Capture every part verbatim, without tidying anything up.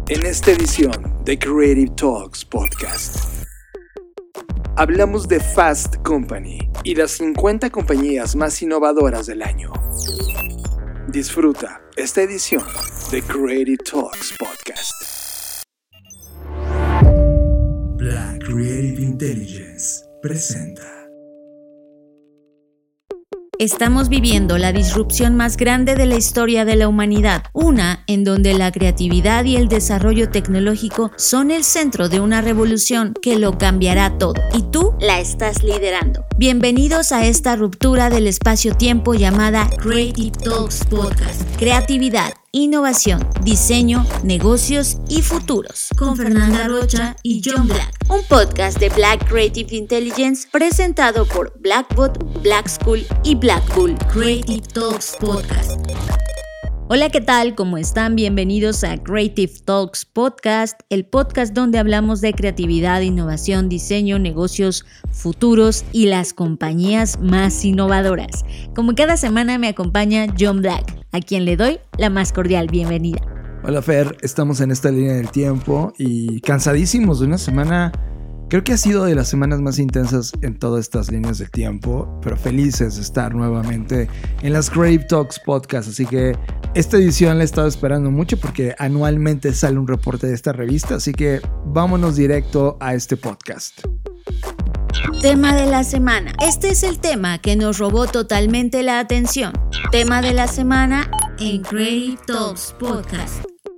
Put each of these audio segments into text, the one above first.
En esta edición de Creative Talks Podcast, hablamos de Fast Company y las cincuenta compañías más innovadoras del año. Disfruta esta edición de Creative Talks Podcast. Black Creative Intelligence presenta. Estamos viviendo la disrupción más grande de la historia de la humanidad, una en donde la creatividad y el desarrollo tecnológico son el centro de una revolución que lo cambiará todo, y tú la estás liderando. Bienvenidos a esta ruptura del espacio-tiempo llamada Creative Talks Podcast. Creatividad, innovación, diseño, negocios y futuros, con Fernanda Rocha y John Black. Un podcast de Black Creative Intelligence presentado por Blackbot, Black School y Blackbull. Creative Talks Podcast. Hola, ¿qué tal? ¿Cómo están? Bienvenidos a Creative Talks Podcast, el podcast donde hablamos de creatividad, innovación, diseño, negocios, futuros y las compañías más innovadoras. Como cada semana me acompaña John Black, a quien le doy la más cordial bienvenida. Hola Fer, estamos en esta línea del tiempo y cansadísimos de una semana. Creo que ha sido de las semanas más intensas en todas estas líneas del tiempo, pero felices de estar nuevamente en las Creative Talks Podcast. Así que esta edición la he estado esperando mucho porque anualmente sale un reporte de esta revista, así que vámonos directo a este podcast. Tema de la semana. Este es el tema que nos robó totalmente la atención. Tema de la semana en Creative Talks Podcast.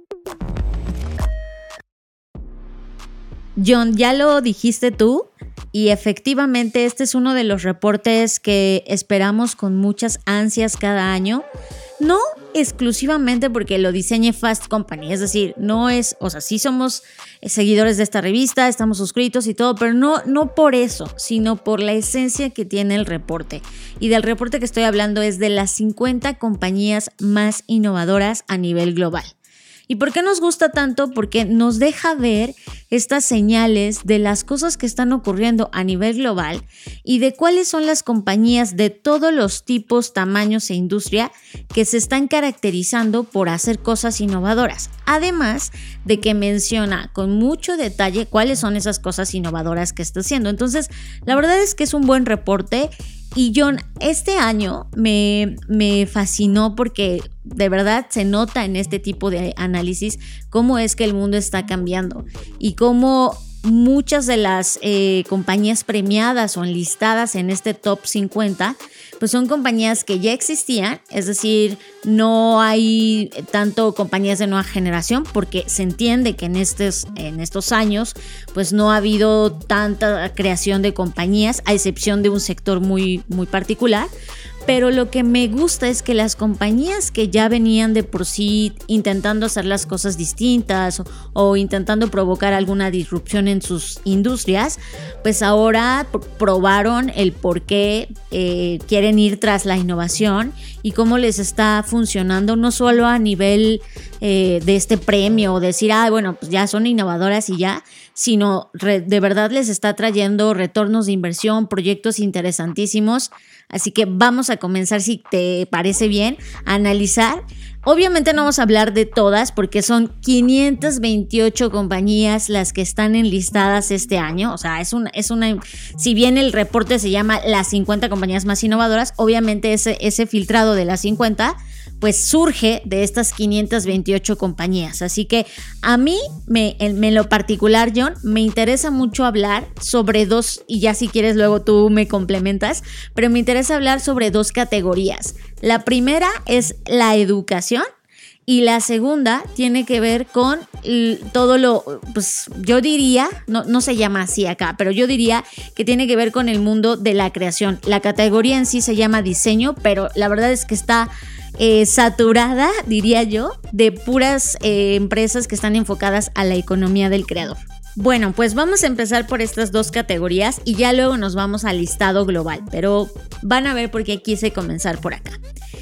John, ya lo dijiste tú, y efectivamente este es uno de los reportes que esperamos con muchas ansias cada año. No exclusivamente porque lo diseñe Fast Company, es decir, no es, o sea, sí somos seguidores de esta revista, estamos suscritos y todo, pero no, no por eso, sino por la esencia que tiene el reporte. Y del reporte que estoy hablando es de las cincuenta compañías más innovadoras a nivel global. ¿Y por qué nos gusta tanto? Porque nos deja ver estas señales de las cosas que están ocurriendo a nivel global y de cuáles son las compañías de todos los tipos, tamaños e industria que se están caracterizando por hacer cosas innovadoras. Además de que menciona con mucho detalle cuáles son esas cosas innovadoras que está haciendo. Entonces, la verdad es que es un buen reporte. Y John, este año me, me fascinó porque de verdad se nota en este tipo de análisis cómo es que el mundo está cambiando y cómo muchas de las eh, compañías premiadas o enlistadas en este top cincuenta pues son compañías que ya existían, es decir, no hay tanto compañías de nueva generación porque se entiende que en estos, en estos años pues no ha habido tanta creación de compañías a excepción de un sector muy, muy particular. Pero lo que me gusta es que las compañías que ya venían de por sí intentando hacer las cosas distintas o, o intentando provocar alguna disrupción en sus industrias, pues ahora probaron el por qué eh, quieren ir tras la innovación y cómo les está funcionando, no solo a nivel eh, de este premio o decir, ah, bueno, pues ya son innovadoras y ya, sino re, de verdad les está trayendo retornos de inversión, proyectos interesantísimos. Así que vamos a comenzar, si te parece bien, a analizar. Obviamente no vamos a hablar de todas porque son quinientas veintiocho compañías las que están enlistadas este año. O sea, es una, es una, si bien el reporte se llama las cincuenta compañías más innovadoras, obviamente ese, ese filtrado de las cincuenta pues surge de estas quinientas veintiocho compañías. Así que a mí, me, en, en lo particular, John, me interesa mucho hablar sobre dos, y ya si quieres luego tú me complementas, pero me interesa hablar sobre dos categorías. La primera es la educación y la segunda tiene que ver con todo lo, pues yo diría, no, no se llama así acá, pero yo diría que tiene que ver con el mundo de la creación. La categoría en sí se llama diseño, pero la verdad es que está Eh, saturada, diría yo, de puras eh, empresas que están enfocadas a la economía del creador. Bueno, pues vamos a empezar por estas dos categorías y ya luego nos vamos al listado global, pero van a ver por qué quise comenzar por acá.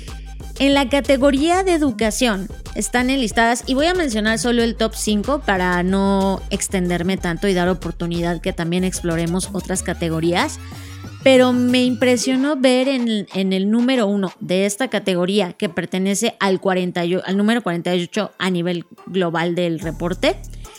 En la categoría de educación están enlistadas, y voy a mencionar solo el top cinco para no extenderme tanto y dar oportunidad que también exploremos otras categorías. pero me impresionó ver en, en el número uno de esta categoría, que pertenece al, cuarenta, al número cuarenta y ocho a nivel global del reporte,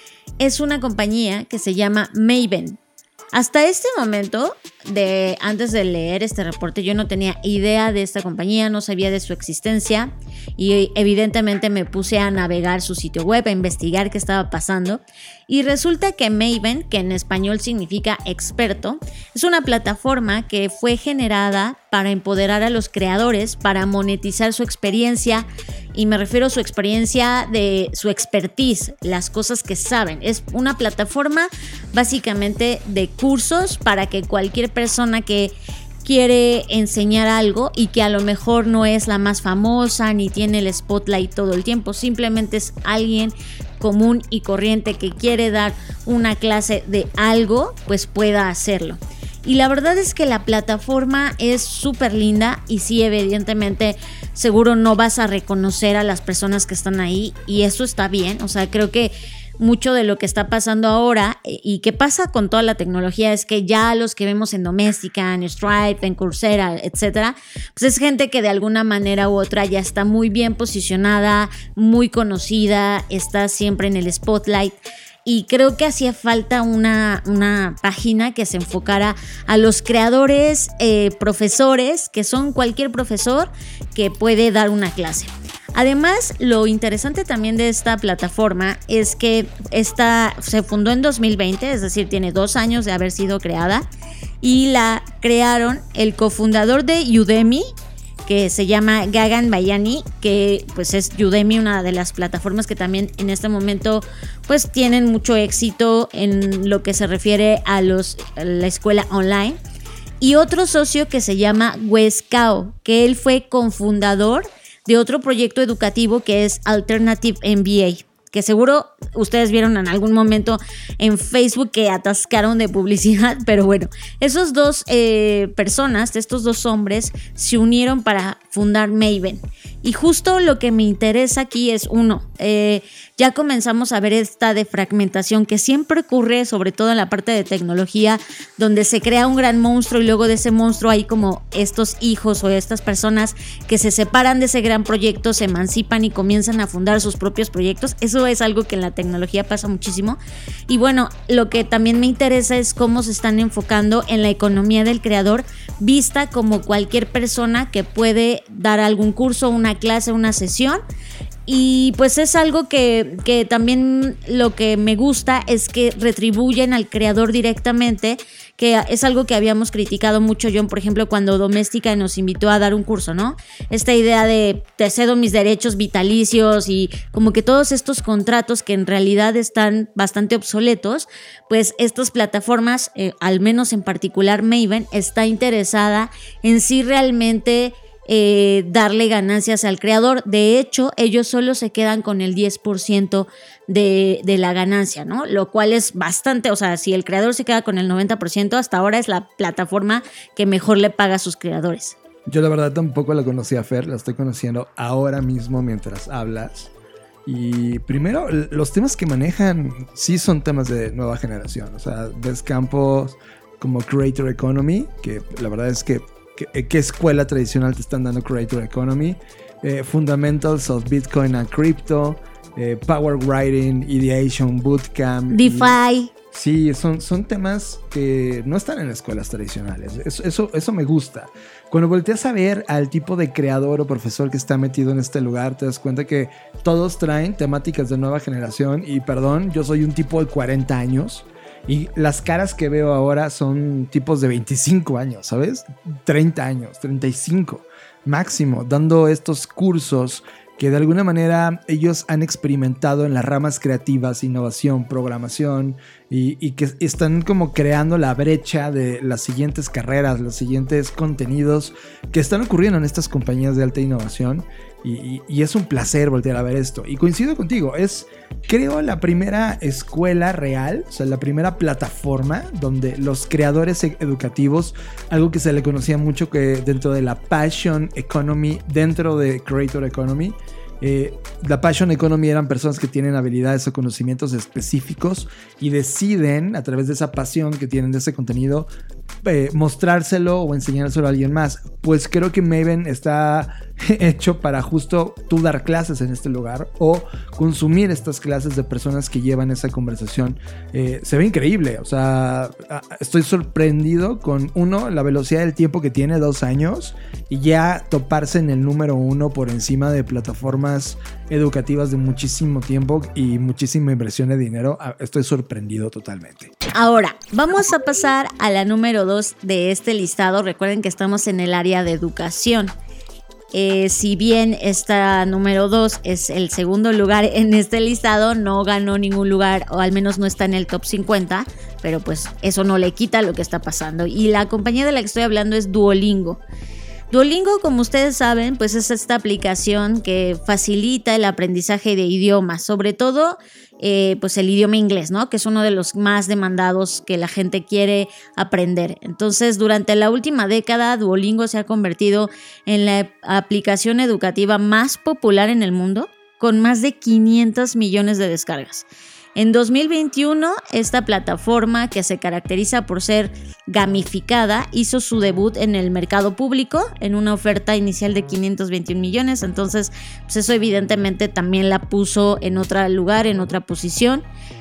es una compañía que se llama Maven. Hasta este momento, de, antes de leer este reporte, yo no tenía idea de esta compañía, no sabía de su existencia y evidentemente me puse a navegar su sitio web, a investigar qué estaba pasando. Y resulta que Maven, que en español significa experto, es una plataforma que fue generada para empoderar a los creadores, para monetizar su experiencia, y me refiero a su experiencia de su expertise, las cosas que saben. Es una plataforma básicamente de cursos para que cualquier persona que quiere enseñar algo y que a lo mejor no es la más famosa ni tiene el spotlight todo el tiempo, simplemente es alguien común y corriente que quiere dar una clase de algo, pues pueda hacerlo. Y la verdad es que la plataforma es súper linda y sí, evidentemente, seguro no vas a reconocer a las personas que están ahí y eso está bien. O sea, creo que mucho de lo que está pasando ahora y que pasa con toda la tecnología es que ya los que vemos en Doméstica, en Stripe, en Coursera, etcétera, pues es gente que de alguna manera u otra ya está muy bien posicionada, muy conocida, está siempre en el spotlight. Y creo que hacía falta una, una página que se enfocara a los creadores, eh, profesores, que son cualquier profesor que puede dar una clase. Además, lo interesante también de esta plataforma es que esta se fundó en dos mil veinte, es decir, tiene dos años de haber sido creada, y la crearon el cofundador de Udemy, que se llama Gagan Bayani, que pues es Udemy, una de las plataformas que también en este momento pues tienen mucho éxito en lo que se refiere a, los, a la escuela online. Y otro socio que se llama Wes Cao, que él fue cofundador de otro proyecto educativo que es Alternative M B A, que seguro ustedes vieron en algún momento en Facebook que atascaron de publicidad, pero bueno, esos dos eh, personas, estos dos hombres, se unieron para fundar Maven. Y justo lo que me interesa aquí es, uno, eh, ya comenzamos a ver esta defragmentación que siempre ocurre, sobre todo en la parte de tecnología, donde se crea un gran monstruo y luego de ese monstruo hay como estos hijos o estas personas que se separan de ese gran proyecto, se emancipan y comienzan a fundar sus propios proyectos. Eso es algo que en la tecnología pasa muchísimo. Y bueno, lo que también me interesa es cómo se están enfocando en la economía del creador, vista como cualquier persona que puede dar algún curso, una clase, una sesión. Y pues es algo que, que también lo que me gusta es que retribuyen al creador directamente, que es algo que habíamos criticado mucho, John, por ejemplo, cuando Doméstica nos invitó a dar un curso, ¿no? Esta idea de te cedo mis derechos vitalicios y como que todos estos contratos que en realidad están bastante obsoletos, pues estas plataformas, eh, al menos en particular Maven, está interesada en sí realmente Eh, darle ganancias al creador. De hecho, ellos solo se quedan con el diez por ciento de, de la ganancia, ¿no? Lo cual es bastante, o sea, si el creador se queda con el noventa por ciento, hasta ahora es la plataforma que mejor le paga a sus creadores. Yo la verdad tampoco la conocía, Fer, la estoy conociendo ahora mismo mientras hablas. Y primero, los temas que manejan sí son temas de nueva generación. O sea, ves campos como Creator Economy, que la verdad es que ¿Qué, ¿Qué escuela tradicional te están dando Creator Economy? Eh, Fundamentals of Bitcoin and Crypto, eh, Power Writing, Ideation Bootcamp. DeFi. Y, sí, son, son temas que no están en escuelas tradicionales. Eso, eso, eso me gusta. Cuando volteas a ver al tipo de creador o profesor que está metido en este lugar, te das cuenta que todos traen temáticas de nueva generación. Y perdón, yo soy un tipo de cuarenta años. Y las caras que veo ahora son tipos de veinticinco años, ¿sabes? treinta años, treinta y cinco máximo, dando estos cursos que de alguna manera ellos han experimentado en las ramas creativas, innovación, programación y, y que están como creando la brecha de las siguientes carreras, los siguientes contenidos que están ocurriendo en estas compañías de alta innovación. Y, y, y es un placer voltear a ver esto. Y coincido contigo, es creo la primera escuela real, o sea, la primera plataforma donde los creadores educativos, algo que se le conocía mucho que dentro de la Passion Economy, dentro de Creator Economy, Eh, la Passion Economy eran personas que tienen habilidades o conocimientos específicos y deciden, a través de esa pasión que tienen de ese contenido, eh, mostrárselo o enseñárselo a alguien más. Pues creo que Maven está hecho para justo tú dar clases en este lugar o consumir estas clases de personas que llevan esa conversación. Eh, se ve increíble, o sea, estoy sorprendido con, uno, la velocidad del tiempo que tiene, dos años, y ya toparse en el número uno por encima de plataformas educativas de muchísimo tiempo y muchísima inversión de dinero. Estoy sorprendido totalmente. Ahora, vamos a pasar a la número dos de este listado. Recuerden que estamos en el área de educación. Eh, si bien esta número dos es el segundo lugar en este listado, no ganó ningún lugar, o al menos no está en el top cincuenta, pero pues eso no le quita lo que está pasando. Y la compañía de la que estoy hablando es Duolingo. Duolingo, como ustedes saben, pues es esta aplicación que facilita el aprendizaje de idiomas, sobre todo eh, pues el idioma inglés, ¿no? Que es uno de los más demandados que la gente quiere aprender. Entonces, durante la última década, Duolingo se ha convertido en la aplicación educativa más popular en el mundo, con más de quinientos millones de descargas. En dos mil veintiuno, esta plataforma, que se caracteriza por ser gamificada, hizo su debut en el mercado público en una oferta inicial de quinientos veintiún millones. Entonces, pues eso evidentemente también la puso en otro lugar, en otra posición.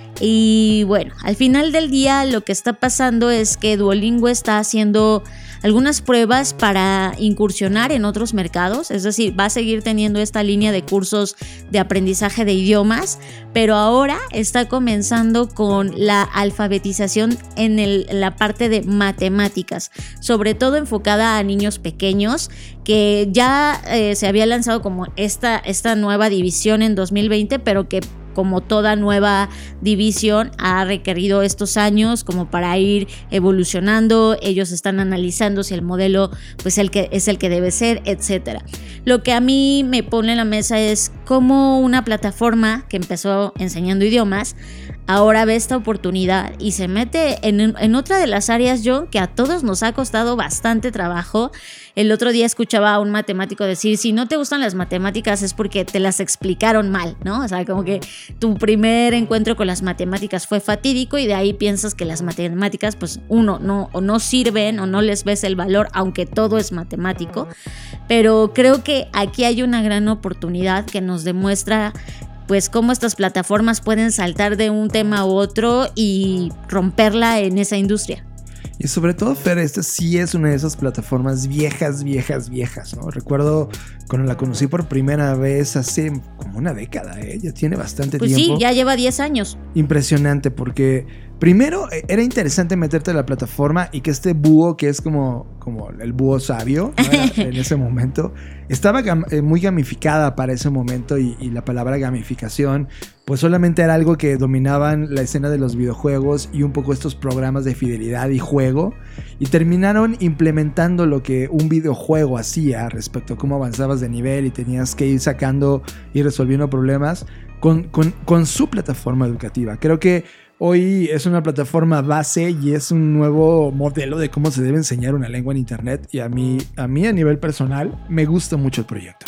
Y bueno, al final del día lo que está pasando es que Duolingo está haciendo algunas pruebas para incursionar en otros mercados, es decir, va a seguir teniendo esta línea de cursos de aprendizaje de idiomas, pero ahora está comenzando con la alfabetización en, el, en la parte de matemáticas, sobre todo enfocada a niños pequeños, que ya eh, se había lanzado como esta, esta nueva división en dos mil veinte, pero que como toda nueva división ha requerido estos años como para ir evolucionando. Ellos están analizando si el modelo pues el que es el que debe ser, etcétera. Lo que a mí me pone en la mesa es cómo una plataforma que empezó enseñando idiomas ahora ve esta oportunidad y se mete en, en otra de las áreas, John, que a todos nos ha costado bastante trabajo. El otro día escuchaba a un matemático decir, si no te gustan las matemáticas es porque te las explicaron mal, ¿no? O sea, como que tu primer encuentro con las matemáticas fue fatídico y de ahí piensas que las matemáticas, pues uno, no, o no sirven o no les ves el valor, aunque todo es matemático. Pero creo que aquí hay una gran oportunidad que nos demuestra pues cómo estas plataformas pueden saltar de un tema a otro y romperla en esa industria. Y sobre todo, Fer, esta sí es una de esas plataformas viejas, viejas, viejas, ¿no? Recuerdo cuando la conocí por primera vez hace como una década, ¿eh? Ya tiene bastante pues tiempo. Pues sí, ya lleva diez años. Impresionante, porque primero era interesante meterte a la plataforma y que este búho, que es como, como el búho sabio, ¿no? Era, en ese momento, estaba gam- muy gamificada para ese momento y, y la palabra gamificación pues solamente era algo que dominaban la escena de los videojuegos y un poco estos programas de fidelidad y juego, y terminaron implementando lo que un videojuego hacía respecto a cómo avanzabas de nivel y tenías que ir sacando y resolviendo problemas con, con, con su plataforma educativa. Creo que hoy es una plataforma base y es un nuevo modelo de cómo se debe enseñar una lengua en internet, y a mí, a mí a nivel personal me gusta mucho el proyecto.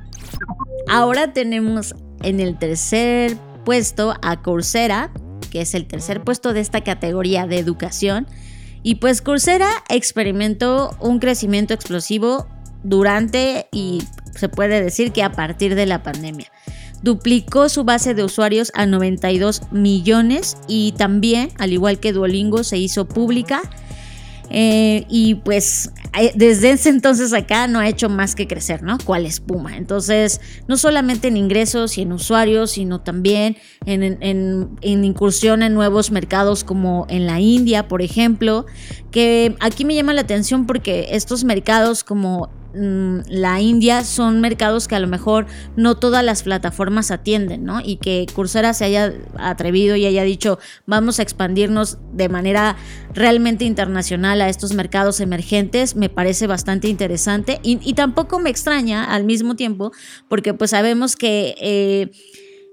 Ahora tenemos en el tercer puesto a Coursera, que es el tercer puesto de esta categoría de educación. Y pues Coursera experimentó un crecimiento explosivo durante y se puede decir que a partir de la pandemia. Duplicó su base de usuarios a noventa y dos millones y también, al igual que Duolingo, se hizo pública. Eh, y pues desde ese entonces acá no ha hecho más que crecer, ¿no? Cual espuma. Entonces, no solamente en ingresos y en usuarios, sino también en, en, en incursión en nuevos mercados como en la India, por ejemplo, que aquí me llama la atención porque estos mercados como la India son mercados que a lo mejor no todas las plataformas atienden, ¿no? Y que Coursera se haya atrevido y haya dicho vamos a expandirnos de manera realmente internacional a estos mercados emergentes, me parece bastante interesante y, y tampoco me extraña al mismo tiempo porque pues sabemos que eh,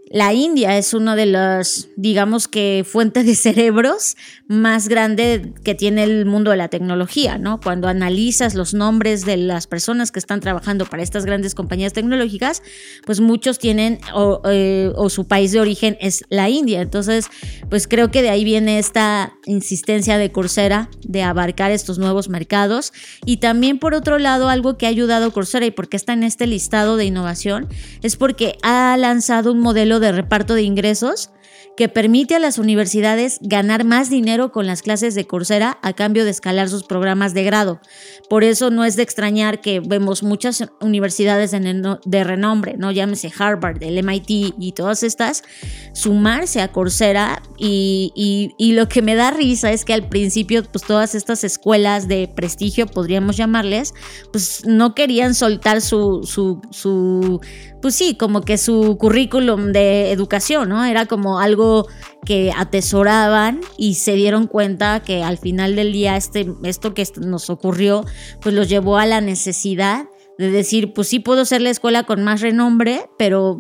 La India es una de las, digamos que, fuentes de cerebros más grande que tiene el mundo de la tecnología, ¿no? Cuando analizas los nombres de las personas que están trabajando para estas grandes compañías tecnológicas, pues muchos tienen o, eh, o su país de origen es la India. Entonces, pues creo que de ahí viene esta insistencia de Coursera de abarcar estos nuevos mercados. Y también, por otro lado, algo que ha ayudado a Coursera y porque está en este listado de innovación es porque ha lanzado un modelo de reparto de ingresos que permite a las universidades ganar más dinero con las clases de Coursera a cambio de escalar sus programas de grado. Por eso no es de extrañar que vemos muchas universidades de renombre, ¿no? Llámese Harvard, el M I T y todas estas, sumarse a Coursera y, y, y lo que me da risa es que al principio pues todas estas escuelas de prestigio, podríamos llamarles, pues no querían soltar su, su, su pues sí, como que su currículum de educación, ¿no? Era como algo que atesoraban y se dieron cuenta que al final del día este, esto que nos ocurrió pues los llevó a la necesidad de decir, pues sí puedo ser la escuela con más renombre, pero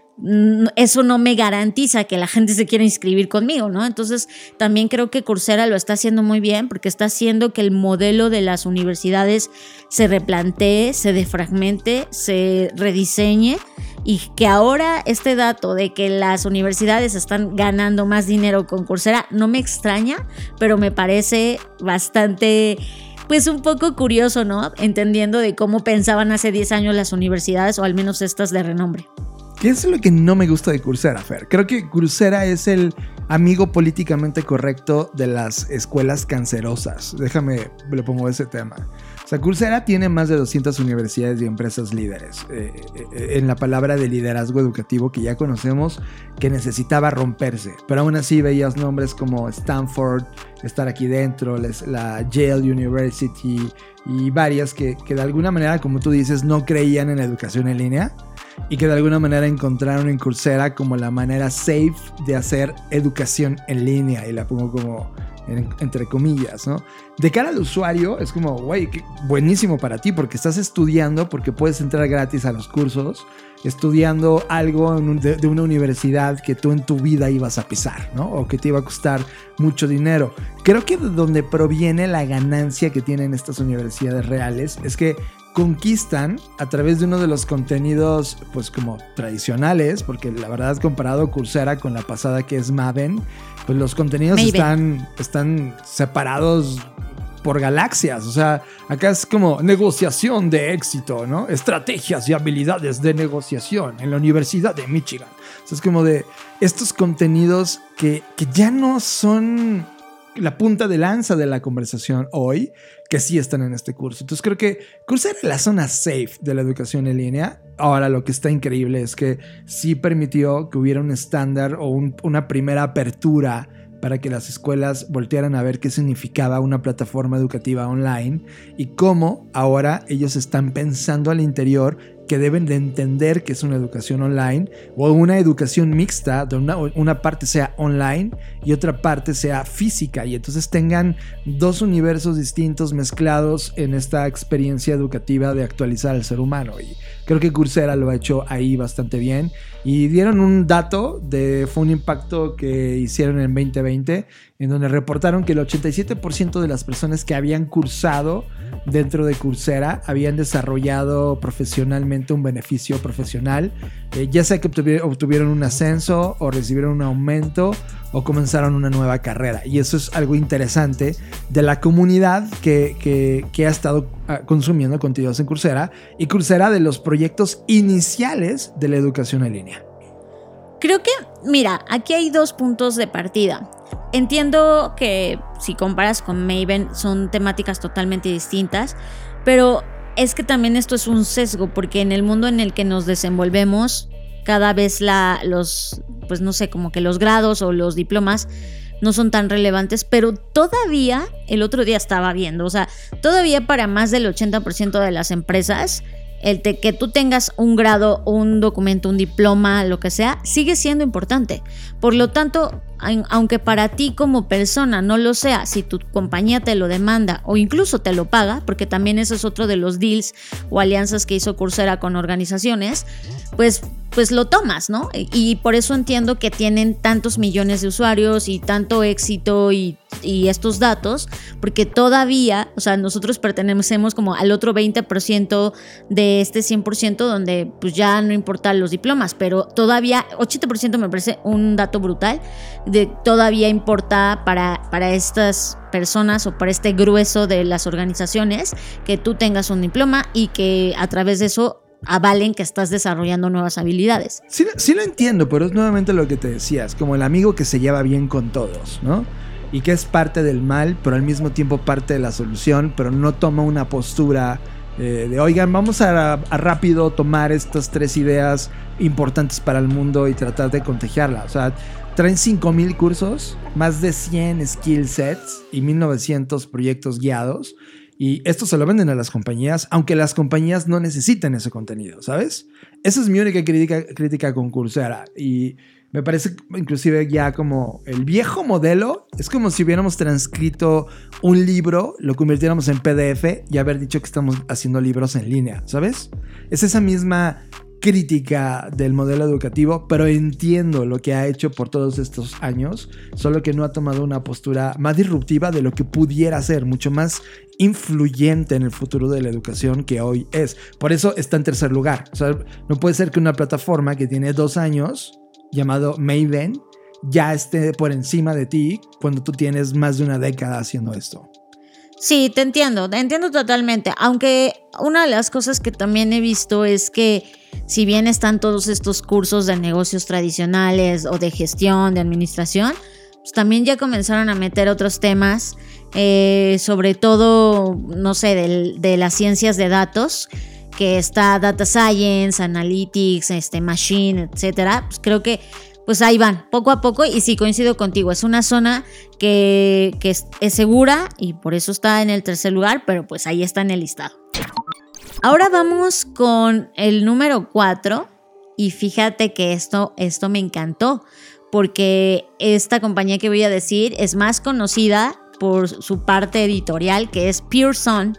eso no me garantiza que la gente se quiera inscribir conmigo, ¿no? Entonces también creo que Coursera lo está haciendo muy bien porque está haciendo que el modelo de las universidades se replantee, se defragmente, se rediseñe y que ahora este dato de que las universidades están ganando más dinero con Coursera no me extraña, pero me parece bastante, pues un poco curioso, ¿no? Entendiendo de cómo pensaban hace diez años las universidades, o al menos estas de renombre. ¿Qué es lo que no me gusta de Coursera, Fer? Creo que Coursera es el amigo políticamente correcto de las escuelas cancerosas. Déjame, le pongo ese tema. O sea, Coursera tiene más de doscientas universidades y empresas líderes. Eh, eh, en la palabra de liderazgo educativo que ya conocemos, que necesitaba romperse. Pero aún así veías nombres como Stanford, estar aquí dentro, les, la Yale University y varias que, que de alguna manera, como tú dices, no creían en la educación en línea. Y que de alguna manera encontraron en Coursera como la manera safe de hacer educación en línea. Y la pongo como en, entre comillas, ¿no? De cara al usuario es como, güey, buenísimo para ti porque estás estudiando, porque puedes entrar gratis a los cursos, estudiando algo en un, de, de una universidad que tú en tu vida ibas a pisar, ¿no? O que te iba a costar mucho dinero. Creo que de donde proviene la ganancia que tienen estas universidades reales es que conquistan a través de uno de los contenidos pues como tradicionales, porque la verdad comparado Coursera con la pasada que es Maven, pues los contenidos están, están separados por galaxias. O sea, acá es como negociación de éxito, ¿no? Estrategias y habilidades de negociación en la Universidad de Michigan. O sea, es como de estos contenidos que, que ya no son la punta de lanza de la conversación hoy, que sí están en este curso. Entonces creo que Coursera es la zona safe de la educación en línea. Ahora lo que está increíble es que sí permitió que hubiera un estándar o un, una primera apertura para que las escuelas voltearan a ver qué significaba una plataforma educativa online y cómo ahora ellos están pensando al interior que deben de entender que es una educación online o una educación mixta, donde una, una parte sea online y otra parte sea física y entonces tengan dos universos distintos mezclados en esta experiencia educativa de actualizar al ser humano. Y creo que Coursera lo ha hecho ahí bastante bien y dieron un dato de, fue un impacto que hicieron en veinte veinte en donde reportaron que el ochenta y siete por ciento de las personas que habían cursado dentro de Coursera habían desarrollado profesionalmente un beneficio profesional, eh, ya sea que obtuvieron, obtuvieron un ascenso o recibieron un aumento o comenzaron una nueva carrera. Y eso es algo interesante de la comunidad que, que, que ha estado consumiendo contenidos en Coursera y Coursera de los proyectos iniciales de la educación en línea. Creo que, mira, aquí hay dos puntos de partida. Entiendo que si comparas con Maven son temáticas totalmente distintas, pero es que también esto es un sesgo porque en el mundo en el que nos desenvolvemos cada vez la, los, pues no sé, como que los grados o los diplomas no son tan relevantes, pero todavía, el otro día estaba viendo, o sea, todavía para más del ochenta por ciento de las empresas, el te, que tú tengas un grado, un documento, un diploma, lo que sea, sigue siendo importante. Por lo tanto, aunque para ti como persona no lo sea, si tu compañía te lo demanda o incluso te lo paga, porque también ese es otro de los deals o alianzas que hizo Coursera con organizaciones, pues, pues lo tomas, ¿no? Y por eso entiendo que tienen tantos millones de usuarios y tanto éxito y, y estos datos, porque todavía, o sea, nosotros pertenecemos como al otro veinte por ciento de este cien por ciento donde pues ya no importan los diplomas, pero todavía ochenta por ciento me parece un dato brutal, de todavía importa para, para estas personas o para este grueso de las organizaciones que tú tengas un diploma y que a través de eso avalen que estás desarrollando nuevas habilidades. Sí, sí lo entiendo, pero es nuevamente lo que te decías, como el amigo que se lleva bien con todos, ¿no? Y que es parte del mal, pero al mismo tiempo parte de la solución, pero no toma una postura eh, de, oigan, vamos a, a rápido tomar estas tres ideas importantes para el mundo y tratar de contagiarla. O sea, traen cinco mil cursos, más de cien skill sets y mil novecientos proyectos guiados. Y esto se lo venden a las compañías, aunque las compañías no necesiten ese contenido, ¿sabes? Esa es mi única crítica, crítica con Coursera. Y me parece inclusive ya como el viejo modelo. Es como si hubiéramos transcrito un libro, lo convirtiéramos en P D F y haber dicho que estamos haciendo libros en línea, ¿sabes? Es esa misma crítica del modelo educativo, pero entiendo lo que ha hecho por todos estos años, solo que no ha tomado una postura más disruptiva de lo que pudiera ser, mucho más influyente en el futuro de la educación que hoy es. Por eso está en tercer lugar. O sea, no puede ser que una plataforma que tiene dos años, llamado Maven, ya esté por encima de ti cuando tú tienes más de una década haciendo esto. Sí, te entiendo, te entiendo totalmente, aunque una de las cosas que también he visto es que si bien están todos estos cursos de negocios tradicionales o de gestión, de administración, pues también ya comenzaron a meter otros temas, eh, sobre todo, no sé, de, de las ciencias de datos, que está Data Science, Analytics, este, Machine, etcétera. Pues creo que pues ahí van, poco a poco, y sí, coincido contigo, es una zona que, que es, es segura y por eso está en el tercer lugar, pero pues ahí está en el listado. Ahora vamos con el número cuatro y fíjate que esto, esto me encantó, porque esta compañía que voy a decir es más conocida por su parte editorial, que es Pearson,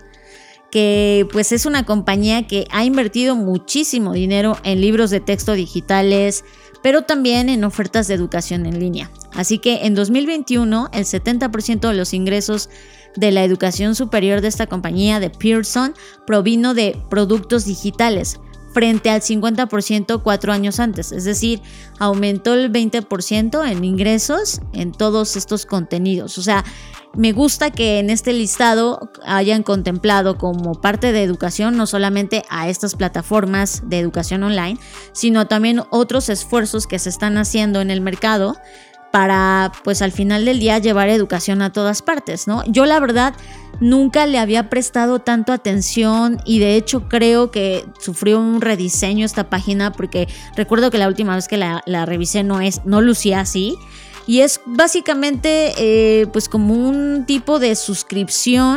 que pues es una compañía que ha invertido muchísimo dinero en libros de texto digitales, pero también en ofertas de educación en línea. Así que en dos mil veintiuno, el setenta por ciento de los ingresos de la educación superior de esta compañía de Pearson provino de productos digitales, frente al cincuenta por ciento cuatro años antes. Es decir, aumentó el veinte por ciento en ingresos en todos estos contenidos. O sea, me gusta que en este listado hayan contemplado como parte de educación no solamente a estas plataformas de educación online, sino también otros esfuerzos que se están haciendo en el mercado para, pues al final del día, llevar educación a todas partes, ¿no? Yo la verdad nunca le había prestado tanto atención y de hecho creo que sufrió un rediseño esta página, porque recuerdo que la última vez que la, la revisé no, es, no lucía así. Y es básicamente eh, pues como un tipo de suscripción,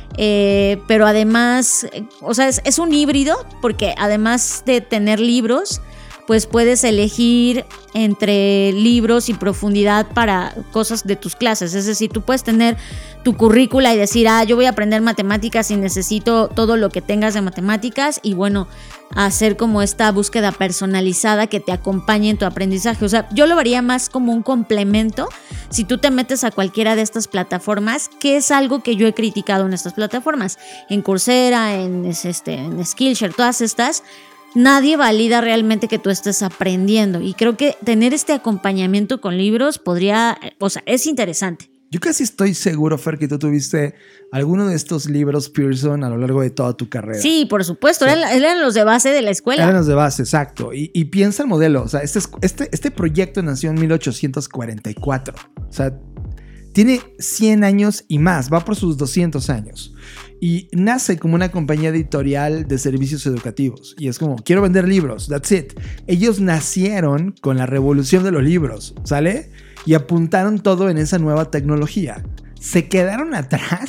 eh, pero además, eh, o sea, es, es un híbrido, porque además de tener libros, pues puedes elegir entre libros y profundidad para cosas de tus clases. Es decir, tú puedes tener tu currícula y decir, ah, yo voy a aprender matemáticas y necesito todo lo que tengas de matemáticas, y bueno, hacer como esta búsqueda personalizada que te acompañe en tu aprendizaje. O sea, yo lo vería más como un complemento si tú te metes a cualquiera de estas plataformas, que es algo que yo he criticado en estas plataformas, en Coursera, en, este, en Skillshare, todas estas. Nadie valida realmente que tú estés aprendiendo, y creo que tener este acompañamiento con libros podría, o sea, es interesante. Yo casi estoy seguro, Fer, que tú tuviste alguno de estos libros Pearson a lo largo de toda tu carrera. Sí, por supuesto, sí. eran, eran los de base de la escuela. Eran los de base, exacto. Y, y piensa el modelo, o sea, este, este, este proyecto nació en mil ochocientos cuarenta y cuatro, o sea, tiene cien años y más, va por sus doscientos años. Y nace como una compañía editorial de servicios educativos. Y es como, quiero vender libros, that's it. Ellos nacieron con la revolución de los libros, ¿sale? Y apuntaron todo en esa nueva tecnología. Se quedaron atrás. O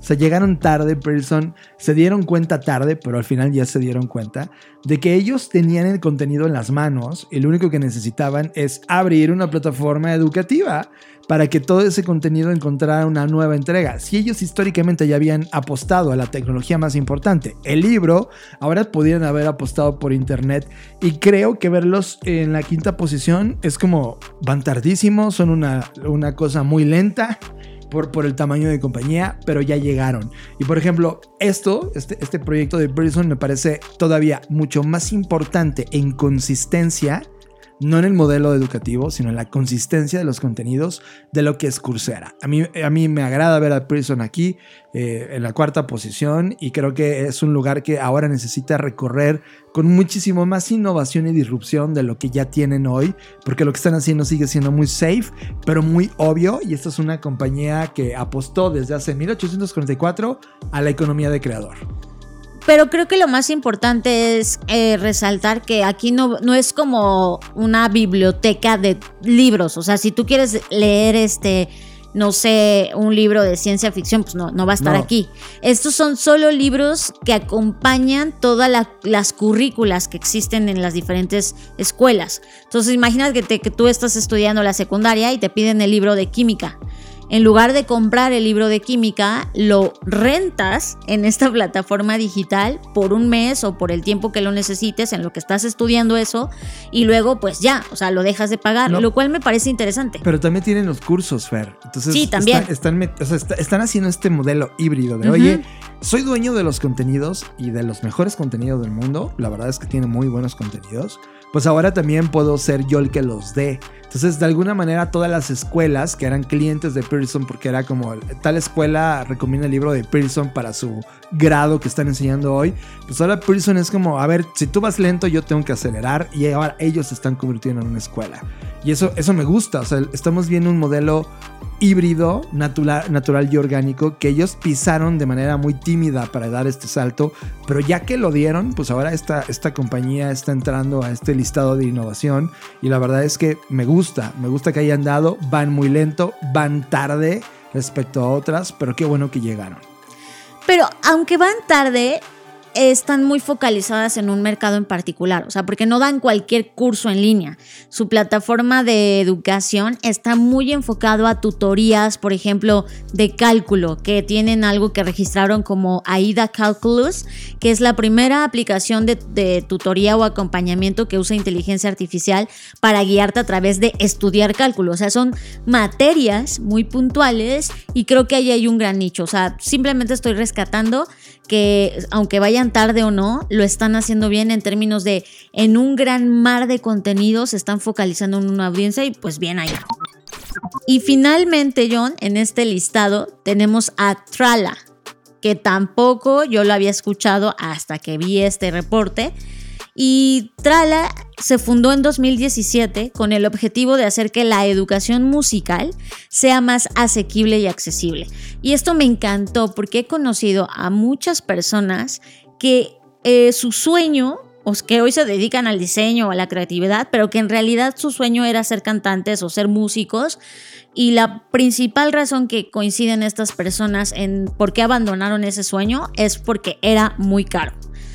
sea, llegaron tarde. Pearson se dieron cuenta tarde, pero al final ya se dieron cuenta de que ellos tenían el contenido en las manos y lo único que necesitaban es abrir una plataforma educativa para que todo ese contenido encontrara una nueva entrega. Si ellos históricamente ya habían apostado a la tecnología más importante, el libro, ahora podrían haber apostado por internet, y creo que verlos en la quinta posición es como van tardísimos, son una, una cosa muy lenta por, por el tamaño de compañía, pero ya llegaron. Y por ejemplo, esto, este, este proyecto de Pearson me parece todavía mucho más importante en consistencia, no en el modelo educativo, sino en la consistencia de los contenidos de lo que es Coursera. A mí, a mí me agrada ver a Pearson aquí eh, en la cuarta posición, y creo que es un lugar que ahora necesita recorrer con muchísimo más innovación y disrupción de lo que ya tienen hoy, porque lo que están haciendo sigue siendo muy safe, pero muy obvio, y esta es una compañía que apostó desde hace mil ochocientos cuarenta y cuatro a la economía de creador. Pero creo que lo más importante es eh, resaltar que aquí no, no es como una biblioteca de libros. O sea, si tú quieres leer este, no sé, un libro de ciencia ficción, pues no, no va a estar no. aquí. Estos son solo libros que acompañan todas la, las currículas que existen en las diferentes escuelas. Entonces, imagínate que, te, que tú estás estudiando la secundaria y te piden el libro de química. En lugar de comprar el libro de química, lo rentas en esta plataforma digital por un mes o por el tiempo que lo necesites en lo que estás estudiando eso, y luego pues ya, o sea, lo dejas de pagar, no, lo cual me parece interesante. Pero también tienen los cursos, Fer. Entonces, sí, también. Están, están, o sea, está, están haciendo este modelo híbrido de, uh-huh. oye, soy dueño de los contenidos y de los mejores contenidos del mundo. La verdad es que tiene muy buenos contenidos. Pues ahora también puedo ser yo el que los dé. Entonces, de alguna manera, todas las escuelas que eran clientes de Pearson, porque era como tal escuela recomienda el libro de Pearson para su grado que están enseñando hoy, pues ahora Pearson es como, a ver, si tú vas lento, yo tengo que acelerar, y ahora ellos se están convirtiendo en una escuela. Y eso, eso me gusta. O sea, estamos viendo un modelo híbrido, natural, natural y orgánico, que ellos pisaron de manera muy tímida para dar este salto, pero ya que lo dieron, pues ahora esta, esta compañía está entrando a este listado de innovación, y la verdad es que me gusta, me gusta que hayan dado, van muy lento, van tarde respecto a otras, pero qué bueno que llegaron. Pero aunque van tarde, están muy focalizadas en un mercado en particular, o sea, porque no dan cualquier curso en línea. Su plataforma de educación está muy enfocado a tutorías, por ejemplo, de cálculo, que tienen algo que registraron como AIDA Calculus, que es la primera aplicación de, de tutoría o acompañamiento que usa inteligencia artificial para guiarte a través de estudiar cálculo. O sea, son materias muy puntuales, y creo que ahí hay un gran nicho. O sea, simplemente estoy rescatando que, aunque vayan tarde o no, lo están haciendo bien en términos de, en un gran mar de contenidos, se están focalizando en una audiencia, y pues bien ahí. Y finalmente, John, en este listado tenemos a Trala, que tampoco yo lo había escuchado hasta que vi este reporte. Y Trala se fundó en dos mil diecisiete con el objetivo de hacer que la educación musical sea más asequible y accesible. Y esto me encantó porque he conocido a muchas personas que eh, su sueño, o que hoy se dedican al diseño o a la creatividad, pero que en realidad su sueño era ser cantantes o ser músicos. Y la principal razón que coinciden estas personas en por qué abandonaron ese sueño es porque era muy caro.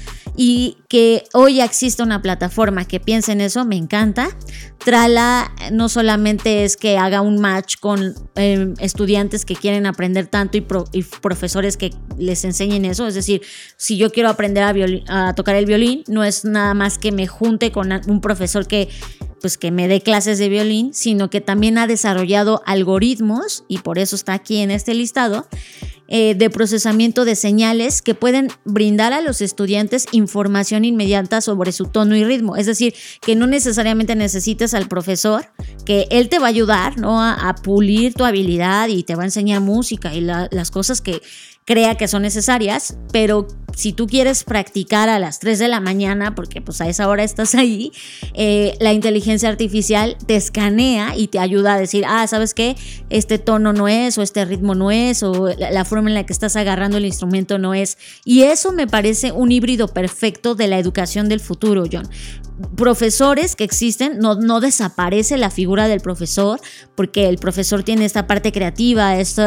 Y que hoy existe una plataforma que piense en eso, me encanta. Trala no solamente es que haga un match con eh, estudiantes que quieren aprender tanto y, pro, y profesores que les enseñen eso. Es decir, si yo quiero aprender a, violín, a tocar el violín, no es nada más que me junte con un profesor que, pues, que me dé clases de violín, sino que también ha desarrollado algoritmos, y por eso está aquí en este listado, Eh, de procesamiento de señales que pueden brindar a los estudiantes información inmediata sobre su tono y ritmo. Es decir, que no necesariamente necesites al profesor, que él te va a ayudar, ¿no?, a, a pulir tu habilidad y te va a enseñar música y la, las cosas que crea que son necesarias, pero si tú quieres practicar a las tres de la mañana, porque pues a esa hora estás ahí, eh, la inteligencia artificial te escanea y te ayuda a decir, ah, ¿sabes qué? Este tono no es, o este ritmo no es, o la, la forma en la que estás agarrando el instrumento no es. Y eso me parece un híbrido perfecto de la educación del futuro, John. Profesores que existen, no, no desaparece la figura del profesor, porque el profesor tiene esta parte creativa, esta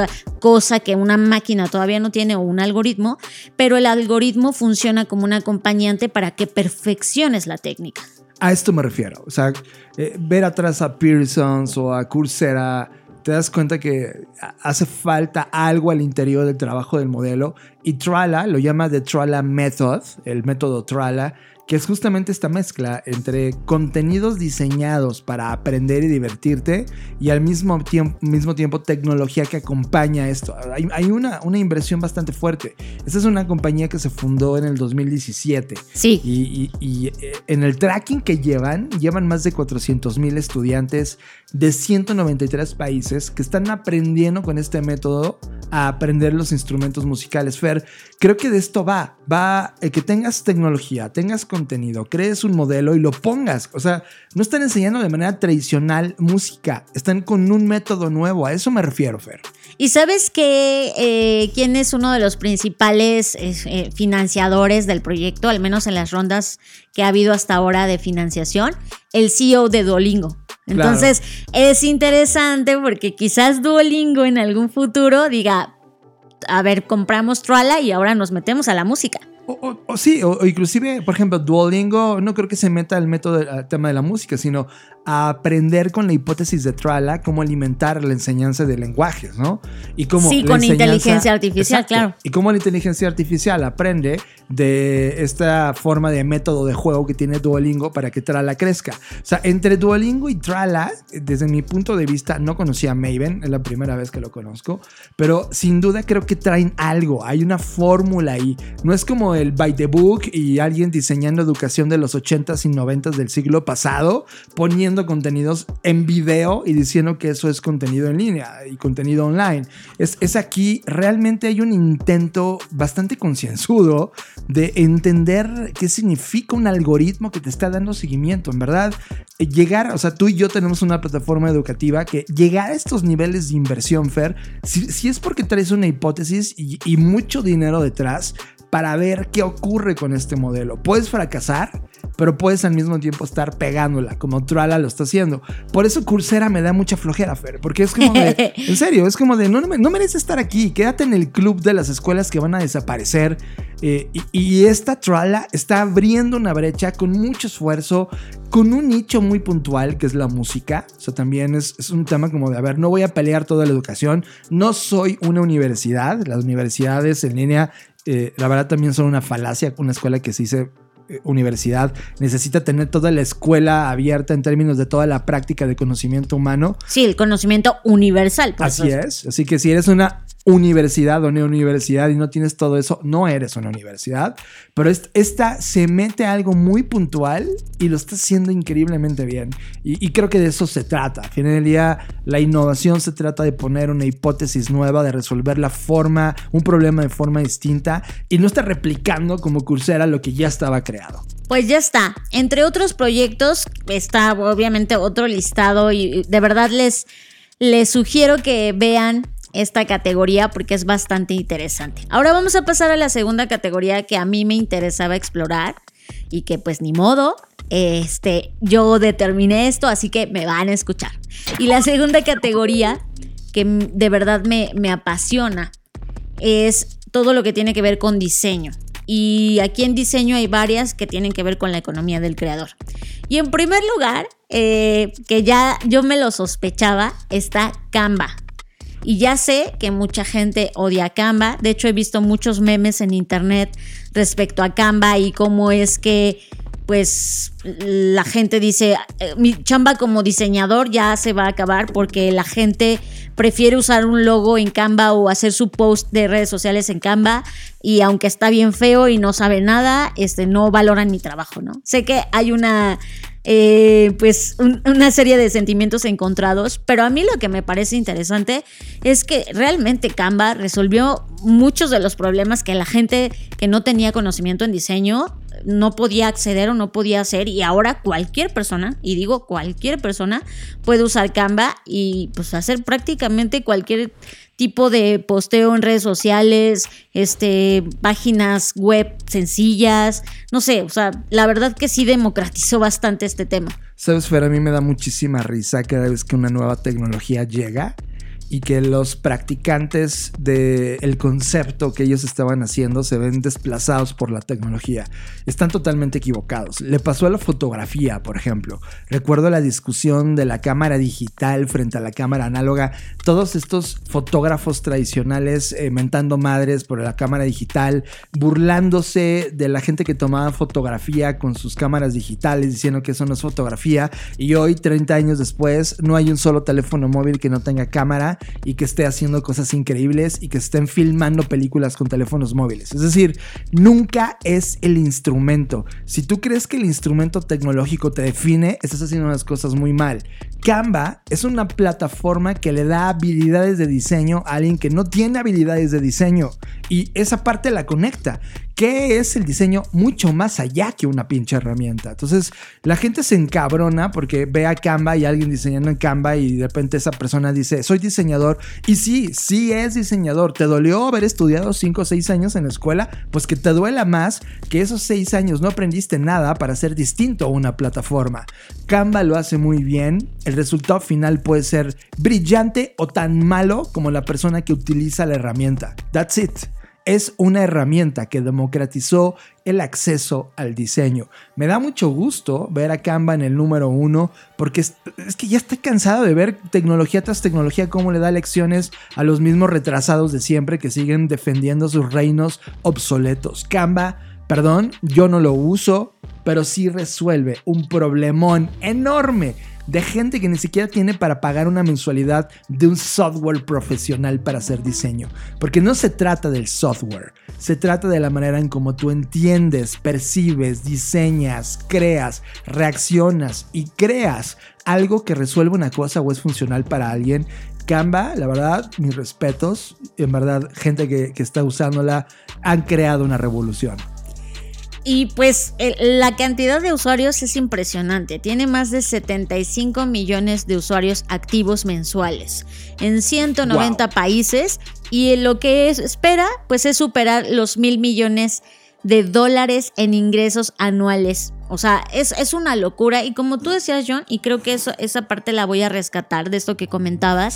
cosa que una máquina todavía no tiene o un algoritmo, pero el algoritmo funciona como un acompañante para que perfecciones la técnica. A esto me refiero. O sea, eh, ver atrás a Pearson o a Coursera, te das cuenta que hace falta algo al interior del trabajo del modelo. Y Trala lo llama The Trala Method, el método Trala, que es justamente esta mezcla entre contenidos diseñados para aprender y divertirte y al mismo tiempo, mismo tiempo tecnología que acompaña esto. Hay, hay una, una inversión bastante fuerte. Esta es una compañía que se fundó en el dos mil diecisiete. Sí. Y, y, y en el tracking que llevan, llevan más de cuatrocientos mil estudiantes de ciento noventa y tres países que están aprendiendo con este método a aprender los instrumentos musicales. Fer, creo que de esto va. Va el que tengas tecnología, tengas contenido, crees un modelo y lo pongas. O sea, no están enseñando de manera tradicional música, están con un método nuevo. A eso me refiero, Fer. ¿Y sabes qué, eh, quién es uno de los principales eh, financiadores del proyecto, al menos en las rondas que ha habido hasta ahora de financiación? El C E O de Duolingo. Entonces, claro, es interesante porque quizás Duolingo en algún futuro diga, a ver, compramos Trala y ahora nos metemos a la música. O, o, o sí, o, o inclusive, por ejemplo, Duolingo no creo que se meta al método, al tema de la música, sino a aprender con la hipótesis de Trala cómo alimentar la enseñanza de lenguajes, ¿no? Y cómo sí, con inteligencia artificial, exacto, claro. Y cómo la inteligencia artificial aprende de esta forma de método de juego que tiene Duolingo para que Trala crezca. O sea, entre Duolingo y Trala, desde mi punto de vista, no conocía a Maven, es la primera vez que lo conozco, pero sin duda creo que traen algo, hay una fórmula ahí. No es como el by the book y alguien diseñando educación de los ochentas y noventas del siglo pasado, poniendo contenidos en video y diciendo que eso es contenido en línea y contenido online. Es, es aquí realmente hay un intento bastante concienzudo de entender qué significa un algoritmo que te está dando seguimiento. En verdad, llegar, o sea, tú y yo tenemos una plataforma educativa que llegar a estos niveles de inversión, Fer, si, si es porque traes una hipótesis y, y mucho dinero detrás para ver qué ocurre con este modelo. Puedes fracasar, pero puedes al mismo tiempo estar pegándola, como Trala lo está haciendo. Por eso Coursera me da mucha flojera, Fer, porque es como de, en serio, es como de, no, no mereces estar aquí, quédate en el club de las escuelas que van a desaparecer. Eh, y, y esta Trala está abriendo una brecha con mucho esfuerzo, con un nicho muy puntual que es la música. O sea, también es, es un tema como de, a ver, no voy a pelear toda la educación, no soy una universidad, las universidades en línea, eh, la verdad también son una falacia. Una escuela que se dice eh, universidad necesita tener toda la escuela abierta en términos de toda la práctica de conocimiento humano. Sí, el conocimiento universal. Por Así es, así que si eres una universidad o neouniversidad y no tienes todo eso, no eres una universidad. Pero esta se mete a algo muy puntual y lo está haciendo increíblemente bien. Y, y creo que de eso se trata. Al final del día, la innovación se trata de poner una hipótesis nueva, de resolver la forma, un problema de forma distinta y no estar replicando como Coursera lo que ya estaba creado. Pues ya está. Entre otros proyectos está obviamente otro listado y de verdad les, les sugiero que vean esta categoría porque es bastante interesante. Ahora vamos a pasar a la segunda categoría que a mí me interesaba explorar y que pues ni modo, este, yo determiné esto, así que me van a escuchar. Y la segunda categoría que de verdad me, me apasiona es todo lo que tiene que ver con diseño. Y aquí en diseño hay varias que tienen que ver con la economía del creador. Y en primer lugar, eh, que ya yo me lo sospechaba, está Canva. Y ya sé que mucha gente odia Canva. De hecho, he visto muchos memes en internet respecto a Canva y cómo es que, pues, la gente dice, mi chamba como diseñador ya se va a acabar porque la gente prefiere usar un logo en Canva o hacer su post de redes sociales en Canva y aunque está bien feo y no sabe nada, este, no valoran mi trabajo, ¿no? Sé que hay una... Eh, pues un, una serie de sentimientos encontrados, pero a mí lo que me parece interesante es que realmente Canva resolvió muchos de los problemas que la gente que no tenía conocimiento en diseño no podía acceder o no podía hacer, y ahora cualquier persona, y digo cualquier persona, puede usar Canva y pues hacer prácticamente cualquier tipo de posteo en redes sociales, este, páginas web sencillas, no sé, o sea, la verdad que sí democratizó bastante este tema. Sabes, Fer, a mí me da muchísima risa cada vez que una nueva tecnología llega y que los practicantes del concepto que ellos estaban haciendo se ven desplazados por la tecnología. Están totalmente equivocados. Le pasó a la fotografía, por ejemplo. Recuerdo la discusión de la cámara digital frente a la cámara análoga. Todos estos fotógrafos tradicionales eh, mentando madres por la cámara digital, burlándose de la gente que tomaba fotografía con sus cámaras digitales, diciendo que eso no es fotografía. Y hoy, treinta años después, no hay un solo teléfono móvil que no tenga cámara y que esté haciendo cosas increíbles y que estén filmando películas con teléfonos móviles. Es decir, nunca es el instrumento. Si tú crees que el instrumento tecnológico te define, estás haciendo unas cosas muy mal. Canva es una plataforma que le da habilidades de diseño a alguien que no tiene habilidades de diseño, y esa parte la conecta. ¿Qué es el diseño? Mucho más allá que una pinche herramienta. Entonces la gente se encabrona porque ve a Canva y alguien diseñando en Canva y de repente esa persona dice, soy diseñador. Y sí, sí es diseñador. ¿Te dolió haber estudiado cinco o seis años en la escuela? Pues que te duela más que esos seis años no aprendiste nada para ser distinto a una plataforma. Canva lo hace muy bien. El resultado final puede ser brillante o tan malo como la persona que utiliza la herramienta. That's it. Es una herramienta que democratizó el acceso al diseño. Me da mucho gusto ver a Canva en el número uno porque es, es que ya estoy cansado de ver tecnología tras tecnología cómo le da lecciones a los mismos retrasados de siempre que siguen defendiendo sus reinos obsoletos. Canva, perdón, yo no lo uso, pero sí resuelve un problemón enorme de gente que ni siquiera tiene para pagar una mensualidad de un software profesional para hacer diseño. Porque no se trata del software, se trata de la manera en cómo tú entiendes, percibes, diseñas, creas, reaccionas y creas algo que resuelve una cosa o es funcional para alguien. Canva, la verdad, mis respetos. En verdad, gente que, que está usándola han creado una revolución. Y pues el, la cantidad de usuarios es impresionante. Tiene más de setenta y cinco millones de usuarios activos mensuales en ciento noventa wow. países. Y lo que es, espera pues es superar los mil millones de dólares en ingresos anuales. O sea, es, es una locura. Y como tú decías, John, y creo que eso, esa parte la voy a rescatar de esto que comentabas.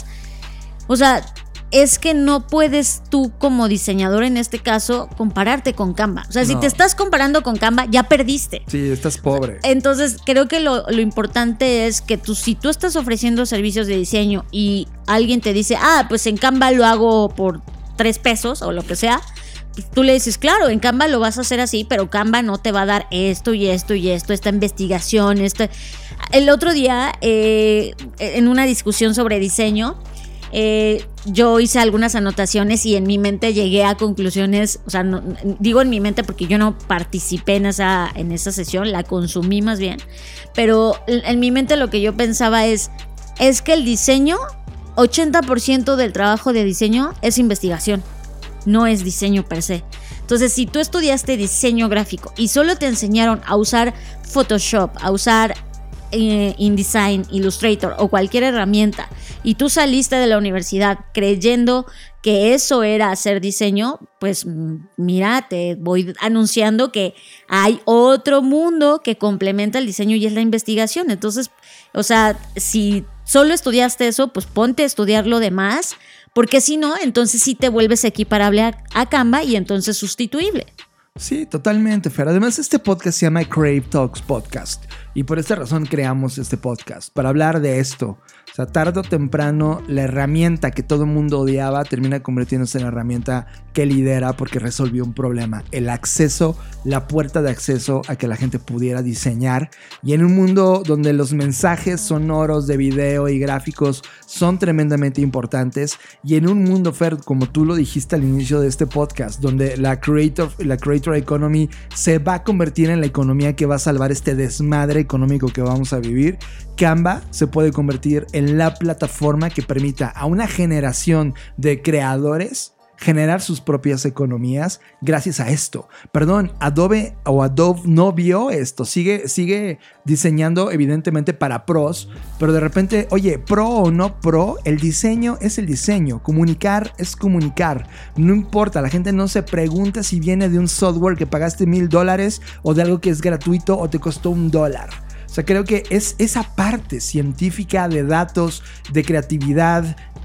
O sea, es que no puedes tú como diseñador en este caso compararte con Canva. O sea, no. Si te estás comparando con Canva, ya perdiste. Sí, estás pobre. Entonces, creo que lo, lo importante es que tú, si tú estás ofreciendo servicios de diseño y alguien te dice, ah, pues en Canva lo hago por tres pesos o lo que sea, tú le dices, claro, en Canva lo vas a hacer así, pero Canva no te va a dar esto y esto y esto, esta investigación, esto. El otro día, eh, en una discusión sobre diseño, Eh, yo hice algunas anotaciones y en mi mente llegué a conclusiones, o sea, no, digo en mi mente porque yo no participé en esa, en esa sesión, la consumí más bien, pero en, en mi mente lo que yo pensaba es, es que el diseño, ochenta por ciento del trabajo de diseño es investigación, no es diseño per se. Entonces, si tú estudiaste diseño gráfico y solo te enseñaron a usar Photoshop, a usar eh, InDesign, Illustrator o cualquier herramienta, y tú saliste de la universidad creyendo que eso era hacer diseño, pues mira, te voy anunciando que hay otro mundo que complementa el diseño y es la investigación. Entonces, o sea, si solo estudiaste eso, pues ponte a estudiar lo demás, porque si no, entonces sí te vuelves equiparable a, a Canva y entonces sustituible. Sí, totalmente, Fer. Además, este podcast se llama Creative Talks Podcast y por esta razón creamos este podcast, para hablar de esto. O sea, tarde o temprano, la herramienta que todo el mundo odiaba termina convirtiéndose en la herramienta que lidera porque resolvió un problema. El acceso, la puerta de acceso a que la gente pudiera diseñar. Y en un mundo donde los mensajes sonoros de video y gráficos son tremendamente importantes. Y en un mundo, Fer, como tú lo dijiste al inicio de este podcast, donde la creator, la creator economy se va a convertir en la economía que va a salvar este desmadre económico que vamos a vivir. Canva se puede convertir en la plataforma que permita a una generación de creadores generar sus propias economías gracias a esto. Perdón, Adobe o Adobe no vio esto, sigue, sigue diseñando evidentemente para pros, pero de repente, oye, pro o no pro, el diseño es el diseño, comunicar es comunicar, no importa, la gente no se pregunta si viene de un software que pagaste mil dólares o de algo que es gratuito o te costó un dólar. O sea, creo que es esa parte científica de datos, de creatividad,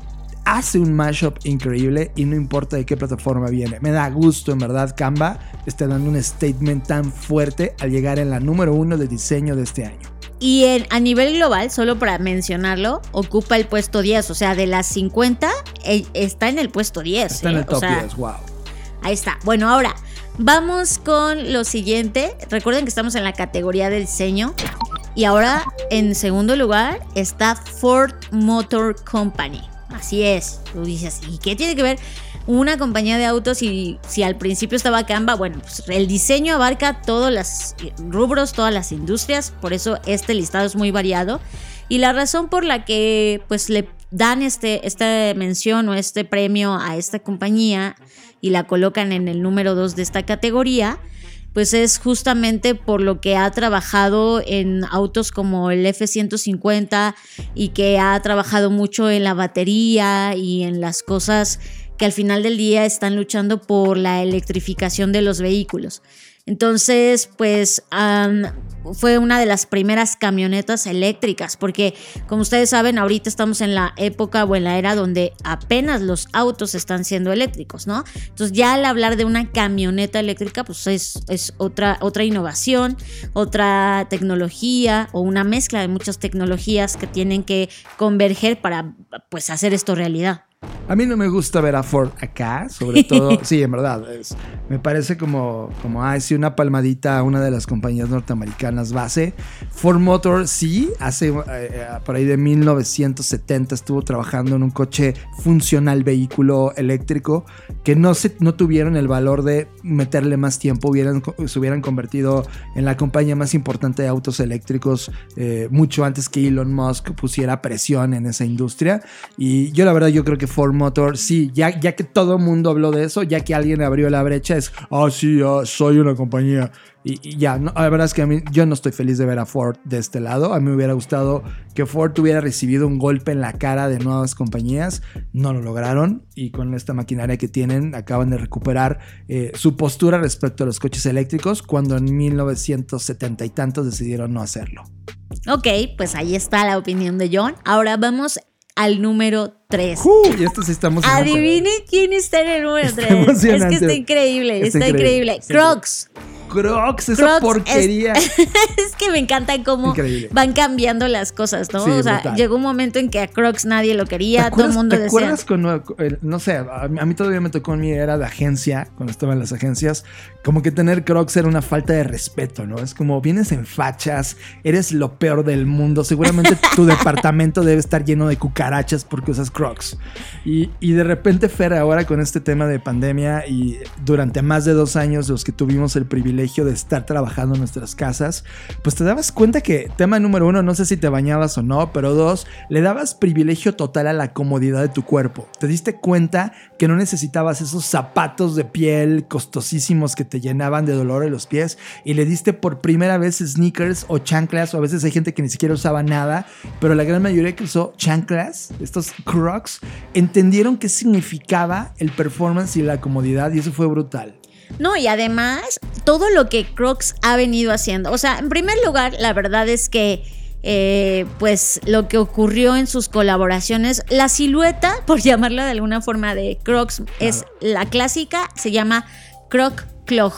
hace un mashup increíble y no importa de qué plataforma viene. Me da gusto, en verdad, Canva está dando un statement tan fuerte al llegar en la número uno de diseño de este año. Y en, a nivel global, solo para mencionarlo, ocupa el puesto diez. O sea, de las cincuenta, eh, está en el puesto diez. Está eh. en el top o sea, diez, wow. Ahí está. Bueno, ahora vamos con lo siguiente. Recuerden que estamos en la categoría de diseño. Y ahora, en segundo lugar, está Ford Motor Company. Así es. Tú dices, ¿y qué tiene que ver una compañía de autos? Y si al principio estaba Canva, bueno, pues el diseño abarca todos los rubros, todas las industrias. Por eso este listado es muy variado. Y la razón por la que pues le dan este, esta mención o este premio a esta compañía y la colocan en el número dos de esta categoría, pues es justamente por lo que ha trabajado en autos como el F ciento cincuenta y que ha trabajado mucho en la batería y en las cosas que al final del día están luchando por la electrificación de los vehículos. Entonces, pues um, fue una de las primeras camionetas eléctricas, porque como ustedes saben, ahorita estamos en la época o en la era donde apenas los autos están siendo eléctricos, ¿no? Entonces ya al hablar de una camioneta eléctrica, pues es, es otra, otra innovación, otra tecnología o una mezcla de muchas tecnologías que tienen que converger para pues hacer esto realidad. A mí no me gusta ver a Ford acá, sobre todo, sí, en verdad, es, me parece como, como, ah, sí, una palmadita a una de las compañías norteamericanas base. Ford Motor, sí, hace, eh, por ahí de mil novecientos setenta estuvo trabajando en un coche funcional, vehículo eléctrico, que no, se, no tuvieron el valor de meterle más tiempo, hubieran, se hubieran convertido en la compañía más importante de autos eléctricos eh, mucho antes que Elon Musk pusiera presión en esa industria. Y yo la verdad, yo creo que Ford Motor, sí, ya, ya que todo el mundo habló de eso, ya que alguien abrió la brecha, es, ah, oh, sí, oh, soy una compañía. Y, y ya, no, la verdad es que a mí, yo no estoy feliz de ver a Ford de este lado. A mí me hubiera gustado que Ford hubiera recibido un golpe en la cara de nuevas compañías. No lo lograron y con esta maquinaria que tienen acaban de recuperar eh, su postura respecto a los coches eléctricos cuando en mil novecientos setenta y tantos decidieron no hacerlo. Ok, pues ahí está la opinión de John. Ahora vamos al número tres. Uh, y esto sí estamos. Adivinen quién está en el número tres. Es que está increíble, está, está increíble. increíble. Crocs. Crocs, esa Crocs porquería. Es, es que me encanta cómo Increíble. van cambiando las cosas, ¿no? Sí, o sea, brutal. Llegó un momento en que a Crocs nadie lo quería, todo el mundo decía. ¿Te acuerdas con, no sé, a mí, a mí todavía me tocó en mi era de agencia, cuando estaba en las agencias, como que tener Crocs era una falta de respeto, ¿no? Es como vienes en fachas, eres lo peor del mundo, seguramente tu departamento debe estar lleno de cucarachas porque usas Crocs. Y, y de repente, Fer, ahora con este tema de pandemia y durante más de dos años los que tuvimos el privilegio de estar trabajando en nuestras casas, pues te dabas cuenta que, tema número uno, no sé si te bañabas o no, pero dos, le dabas privilegio total a la comodidad de tu cuerpo. Te diste cuenta que no necesitabas esos zapatos de piel costosísimos que te llenaban de dolor en los pies y le diste por primera vez sneakers o chanclas, o a veces hay gente que ni siquiera usaba nada, pero la gran mayoría que usó chanclas, estos Crocs, entendieron qué significaba el performance y la comodidad y eso fue brutal. No, y además, todo lo que Crocs ha venido haciendo. O sea, en primer lugar, la verdad es que eh, pues lo que ocurrió en sus colaboraciones, la silueta, por llamarla de alguna forma, de Crocs, claro, es la clásica, se llama Croc Clog.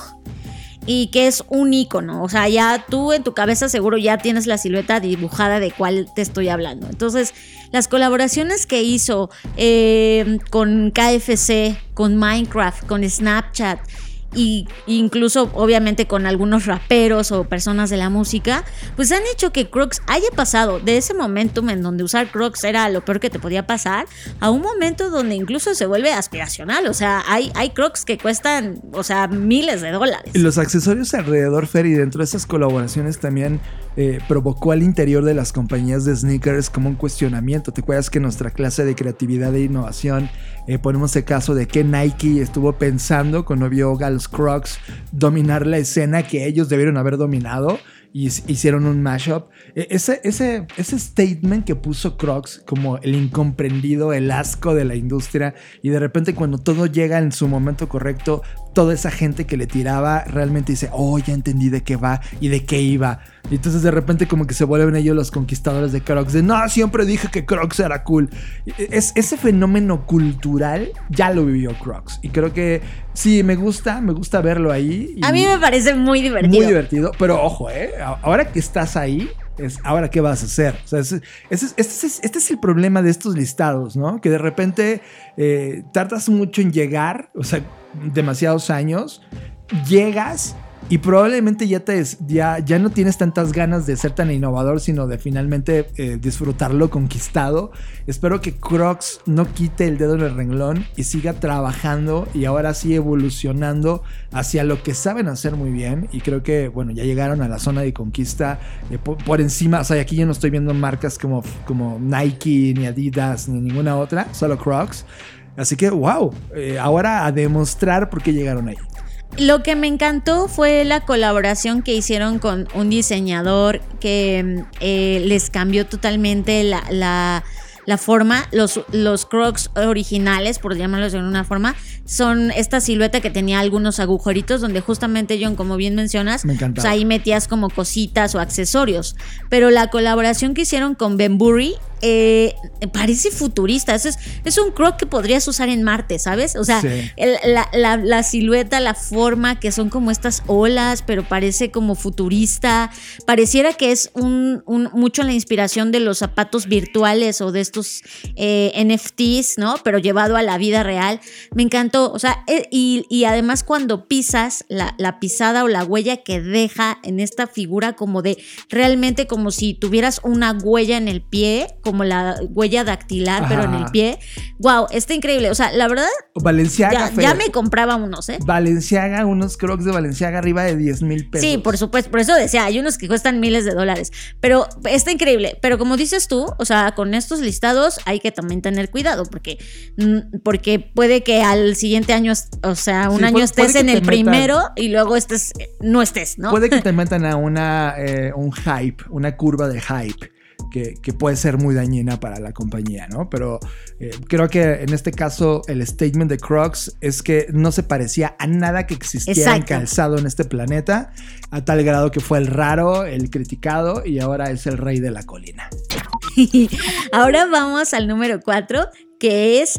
Y que es un ícono, o sea, ya tú en tu cabeza seguro ya tienes la silueta dibujada de cuál te estoy hablando. Entonces, las colaboraciones que hizo eh, con K F C, con Minecraft, con Snapchat, y incluso obviamente con algunos raperos o personas de la música, pues han hecho que Crocs haya pasado de ese momentum en donde usar Crocs era lo peor que te podía pasar a un momento donde incluso se vuelve aspiracional. O sea, hay, hay Crocs que cuestan, o sea, miles de dólares. Y los accesorios alrededor, Fer, y dentro de esas colaboraciones también eh, provocó al interior de las compañías de sneakers como un cuestionamiento. ¿Te acuerdas que en nuestra clase de creatividad e innovación eh, ponemos el caso de que Nike estuvo pensando cuando vio a los Crocs dominar la escena que ellos debieron haber dominado y hicieron un mashup? Ese, ese, ese statement que puso Crocs como el incomprendido, el asco de la industria, y de repente cuando todo llega en su momento correcto, toda esa gente que le tiraba realmente dice, oh, ya entendí de qué va y de qué iba. Y entonces de repente como que se vuelven ellos los conquistadores de Crocs. De no, siempre dije que Crocs era cool. Es, ese fenómeno cultural ya lo vivió Crocs. Y creo que sí, me gusta, me gusta verlo ahí. A mí me parece muy divertido. Muy divertido, pero ojo, ¿eh? Ahora que estás ahí, es ahora qué vas a hacer. O sea, ese, ese, este, es, este es el problema de estos listados, ¿no? Que de repente eh, tardas mucho en llegar, o sea, demasiados años, llegas y probablemente ya, te, ya, ya no tienes tantas ganas de ser tan innovador, sino de finalmente eh, disfrutarlo conquistado. Espero que Crocs no quite el dedo del renglón y siga trabajando y ahora sí evolucionando hacia lo que saben hacer muy bien. Y creo que, bueno, ya llegaron a la zona de conquista eh, por, por encima. O sea, aquí yo no estoy viendo marcas como, como Nike, ni Adidas, ni ninguna otra, solo Crocs. Así que, wow, eh, ahora a demostrar por qué llegaron ahí. Lo que me encantó fue la colaboración que hicieron con un diseñador que eh, les cambió totalmente la, la, la forma. Los, los Crocs originales, por llamarlos de una forma, son esta silueta que tenía algunos agujeritos donde justamente, John, como bien mencionas, me encantaba. Pues ahí metías como cositas o accesorios. Pero la colaboración que hicieron con Benbury eh, parece futurista. Es, es un Croc que podrías usar en Marte, ¿sabes? O sea, sí. el, la, la, la silueta, la forma, que son como estas olas, pero parece como futurista. Pareciera que es un, un mucho la inspiración de los zapatos virtuales o de estos eh, N F Ts, ¿no? Pero llevado a la vida real. Me encantó. O sea, eh, y, y además cuando pisas, la, la pisada o la huella que deja en esta figura como de realmente como si tuvieras una huella en el pie, como la huella dactilar, ajá, pero en el pie. Wow, está increíble. O sea, la verdad, Balenciaga, ya, ya me compraba unos, ¿eh? Balenciaga, unos Crocs de Balenciaga arriba de diez mil pesos. Sí, por supuesto. Por eso decía, hay unos que cuestan miles de dólares. Pero está increíble. Pero como dices tú, o sea, con estos listados hay que también tener cuidado porque, porque puede que al siguiente año, o sea, un sí, año puede, estés puede en el primero metan, y luego estés, no estés, ¿no? Puede que te metan a una, eh, un hype, una curva de hype. Que, que puede ser muy dañina para la compañía, ¿no? Pero eh, creo que en este caso el statement de Crocs es que no se parecía a nada que existiera en calzado en este planeta, a tal grado que fue el raro, el criticado y ahora es el rey de la colina. Ahora vamos al número cuatro, que es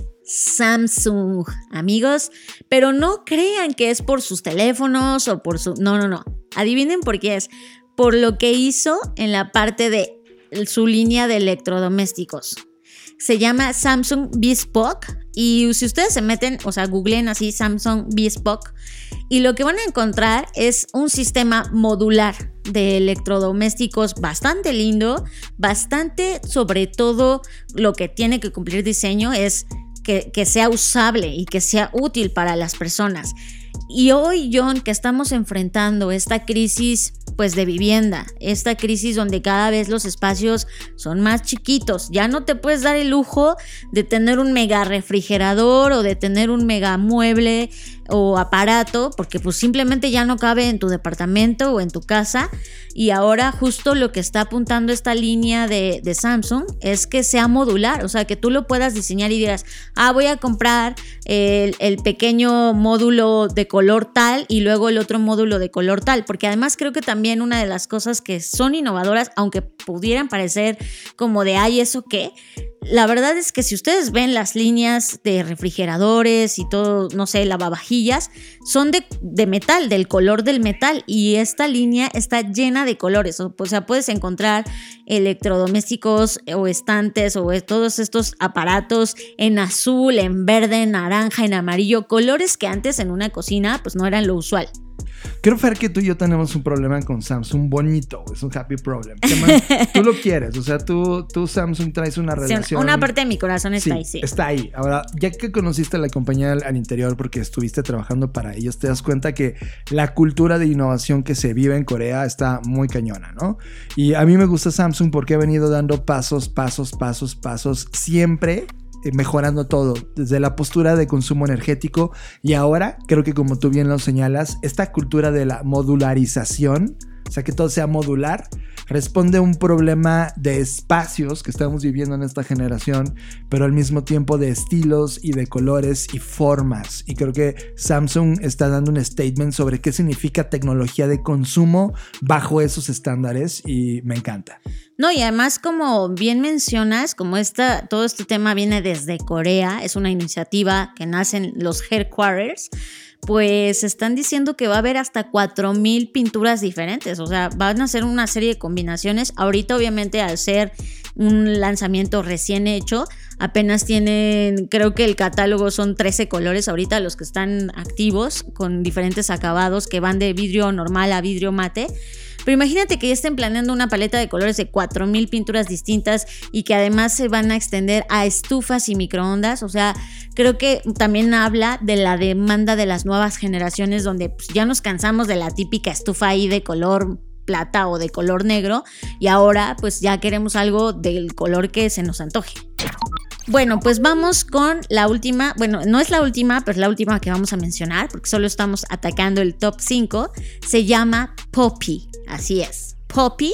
Samsung, amigos, pero no crean que es por sus teléfonos o por su... No, no, no. Adivinen por qué es. Por lo que hizo en la parte de su línea de electrodomésticos. Se llama Samsung Bespoke y si ustedes se meten, o sea, googleen así Samsung Bespoke y lo que van a encontrar es un sistema modular de electrodomésticos bastante lindo, bastante, sobre todo lo que tiene que cumplir diseño es que, que sea usable y que sea útil para las personas. Y hoy, John, que estamos enfrentando esta crisis pues de vivienda, esta crisis donde cada vez los espacios son más chiquitos, ya no te puedes dar el lujo de tener un mega refrigerador o de tener un mega mueble o aparato, porque pues simplemente ya no cabe en tu departamento o en tu casa. Y ahora justo lo que está apuntando esta línea de, de Samsung es que sea modular, o sea, que tú lo puedas diseñar y digas, ah, voy a comprar el, el pequeño módulo de color tal y luego el otro módulo de color tal, porque además creo que también una de las cosas que son innovadoras, aunque pudieran parecer como de, ay, ¿eso qué? La verdad es que si ustedes ven las líneas de refrigeradores y todo, no sé, lavavajillas, son de, de metal, del color del metal, y esta línea está llena de colores. O, o sea, puedes encontrar electrodomésticos o estantes o todos estos aparatos en azul, en verde, en naranja, en amarillo, colores que antes en una cocina pues no eran lo usual. Creo, Fer, que tú y yo tenemos un problema con Samsung bonito, es un happy problem. Tú lo quieres, o sea, tú, tú Samsung traes una relación. Sí, una parte de mi corazón está sí, ahí, sí. Está ahí. Ahora, ya que conociste a la compañía al, al interior porque estuviste trabajando para ellos, te das cuenta que la cultura de innovación que se vive en Corea está muy cañona, ¿no? Y a mí me gusta Samsung porque ha venido dando pasos, pasos, pasos, pasos, siempre mejorando todo, desde la postura de consumo energético y ahora creo que como tú bien lo señalas, esta cultura de la modularización o sea, que todo sea modular, responde a un problema de espacios que estamos viviendo en esta generación, pero al mismo tiempo de estilos y de colores y formas. Y creo que Samsung está dando un statement sobre qué significa tecnología de consumo bajo esos estándares y me encanta. No, y además, como bien mencionas, como esta, todo este tema viene desde Corea, es una iniciativa que nace en los headquarters, pues están diciendo que va a haber hasta cuatro mil pinturas diferentes, o sea, van a hacer una serie de combinaciones. Ahorita, obviamente, al ser un lanzamiento recién hecho, apenas tienen, creo que el catálogo son trece colores ahorita los que están activos, con diferentes acabados que van de vidrio normal a vidrio mate. Pero imagínate que ya estén planeando una paleta de colores de cuatro mil pinturas distintas y que además se van a extender a estufas y microondas. O sea, creo que también habla de la demanda de las nuevas generaciones, donde pues, ya nos cansamos de la típica estufa ahí de color plata o de color negro, y ahora pues ya queremos algo del color que se nos antoje. Bueno, pues vamos con la última, bueno, no es la última, pero es la última que vamos a mencionar, porque solo estamos atacando el top cinco. Se llama Poppi, así es, Poppi.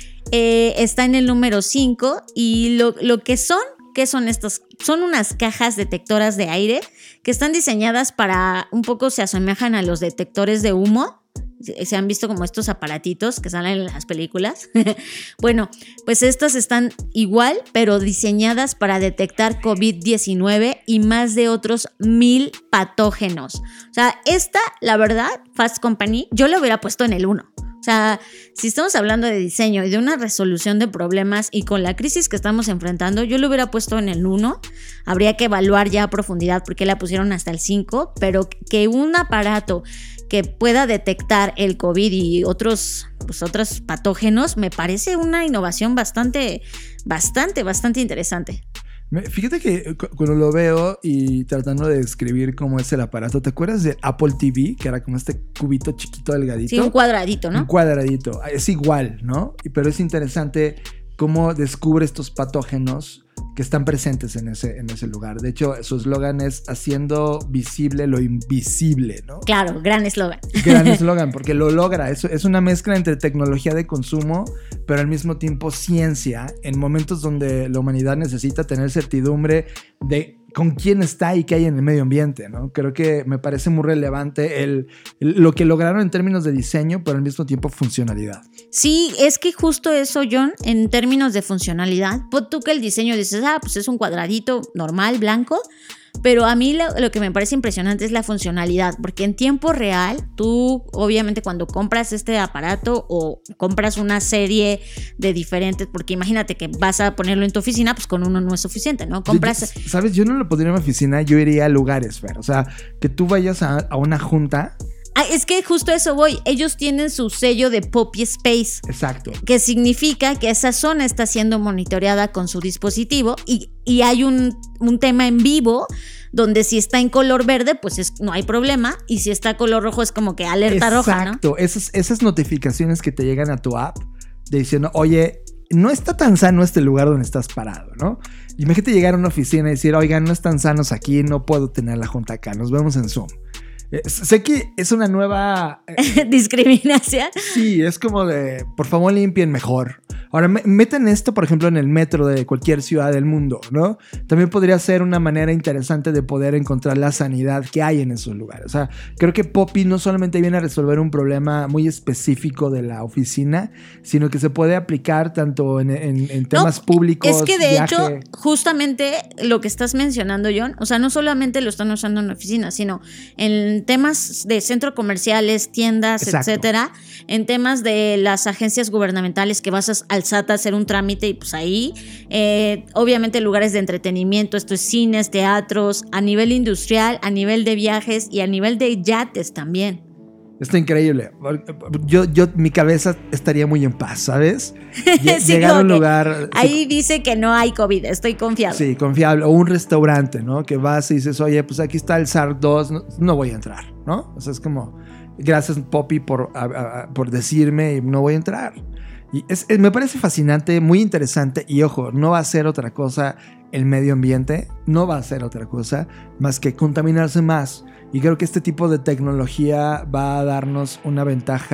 Eh, está en el número cinco y lo, lo que son, ¿qué son estos? Son unas cajas detectoras de aire que están diseñadas para, un poco se asemejan a los detectores de humo. Se han visto como estos aparatitos que salen en las películas. Bueno, pues estas están igual, pero diseñadas para detectar covid diecinueve y más de otros mil patógenos. O sea, esta, la verdad, Fast Company, yo le hubiera puesto en el uno. O sea, si estamos hablando de diseño y de una resolución de problemas y con la crisis que estamos enfrentando, yo lo hubiera puesto en el uno. Habría que evaluar ya a profundidad por qué la pusieron hasta el cinco, pero que un aparato que pueda detectar el COVID y otros, pues, otros patógenos me parece una innovación bastante, bastante, bastante interesante. Fíjate que cuando lo veo y tratando de describir cómo es el aparato, ¿te acuerdas de Apple T V? Que era como este cubito chiquito, delgadito. Sí, un cuadradito, ¿no? Un cuadradito. Es igual, ¿no? Pero es interesante cómo descubre estos patógenos que están presentes en ese, en ese lugar. De hecho, su eslogan es haciendo visible lo invisible, ¿no? Claro, gran eslogan. Gran eslogan, porque lo logra. Es, es una mezcla entre tecnología de consumo, pero al mismo tiempo ciencia, en momentos donde la humanidad necesita tener certidumbre de con quién está y qué hay en el medio ambiente, ¿no? Creo que me parece muy relevante el, el, lo que lograron en términos de diseño, pero al mismo tiempo funcionalidad. Sí, es que justo eso, John, en términos de funcionalidad, pues tú que el diseño dices, ah, pues es un cuadradito normal, blanco, pero a mí lo, lo que me parece impresionante es la funcionalidad, porque en tiempo real, tú obviamente cuando compras este aparato o compras una serie de diferentes, porque imagínate que vas a ponerlo en tu oficina, pues con uno no es suficiente, ¿no? Compras... Yo, ¿sabes? Yo no lo pondría en mi oficina, yo iría a lugares, Fer. O sea, que tú vayas a, a una junta... Ah, es que justo a eso voy. Ellos tienen su sello de Poppi Space. Exacto. Que significa que esa zona está siendo monitoreada con su dispositivo y, y hay un, un tema en vivo donde si está en color verde, pues es, no hay problema. Y si está color rojo es como que alerta Exacto. roja, ¿no? Exacto. Esas, esas notificaciones que te llegan a tu app de diciendo, oye, no está tan sano este lugar donde estás parado, ¿no? Imagínate llegar a una oficina y decir, oigan, no están sanos aquí, no puedo tener la junta acá, nos vemos en Zoom. Eh, sé que es una nueva... Eh, discriminación. Sí, es como de, por favor limpien mejor. Ahora, me, meten esto, por ejemplo, en el metro de cualquier ciudad del mundo, ¿no? También podría ser una manera interesante de poder encontrar la sanidad que hay en esos lugares. O sea, creo que Poppi no solamente viene a resolver un problema muy específico de la oficina, sino que se puede aplicar tanto en, en, en temas no, públicos. Es que de viaje. hecho, justamente lo que estás mencionando, John, o sea, no solamente lo están usando en oficinas, sino en temas de centros comerciales, tiendas, Exacto. etcétera, en temas de las agencias gubernamentales que vas al S A T a hacer un trámite y pues ahí, eh, obviamente lugares de entretenimiento, esto es cines, teatros, a nivel industrial, a nivel de viajes y a nivel de yates también. Está increíble. Yo, yo, mi cabeza estaría muy en paz, ¿sabes? Sí, llegar a un lugar... Ahí sí, dice que no hay COVID, estoy confiado. Sí, confiable. O un restaurante, ¿no? Que vas y dices, oye, pues aquí está el S A R dos, no, no voy a entrar, ¿no? O sea, es como, gracias Poppi por, a, a, por decirme y no voy a entrar. Y es, es, me parece fascinante, muy interesante. Y ojo, no va a ser otra cosa el medio ambiente, no va a ser otra cosa más que contaminarse más. Y creo que este tipo de tecnología va a darnos una ventaja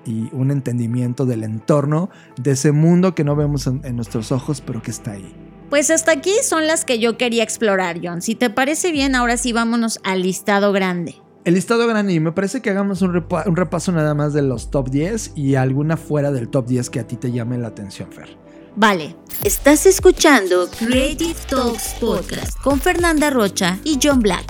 y un entendimiento del entorno, de ese mundo que no vemos en, en nuestros ojos, pero que está ahí. Pues hasta aquí son las que yo quería explorar, John. Si te parece bien, ahora sí vámonos al listado grande. El listado grande, y me parece que hagamos un, repa- un repaso nada más de los top diez y alguna fuera del top diez que a ti te llame la atención, Fer. Vale. Estás escuchando Creative Talks Podcast con Fernanda Rocha y John Black.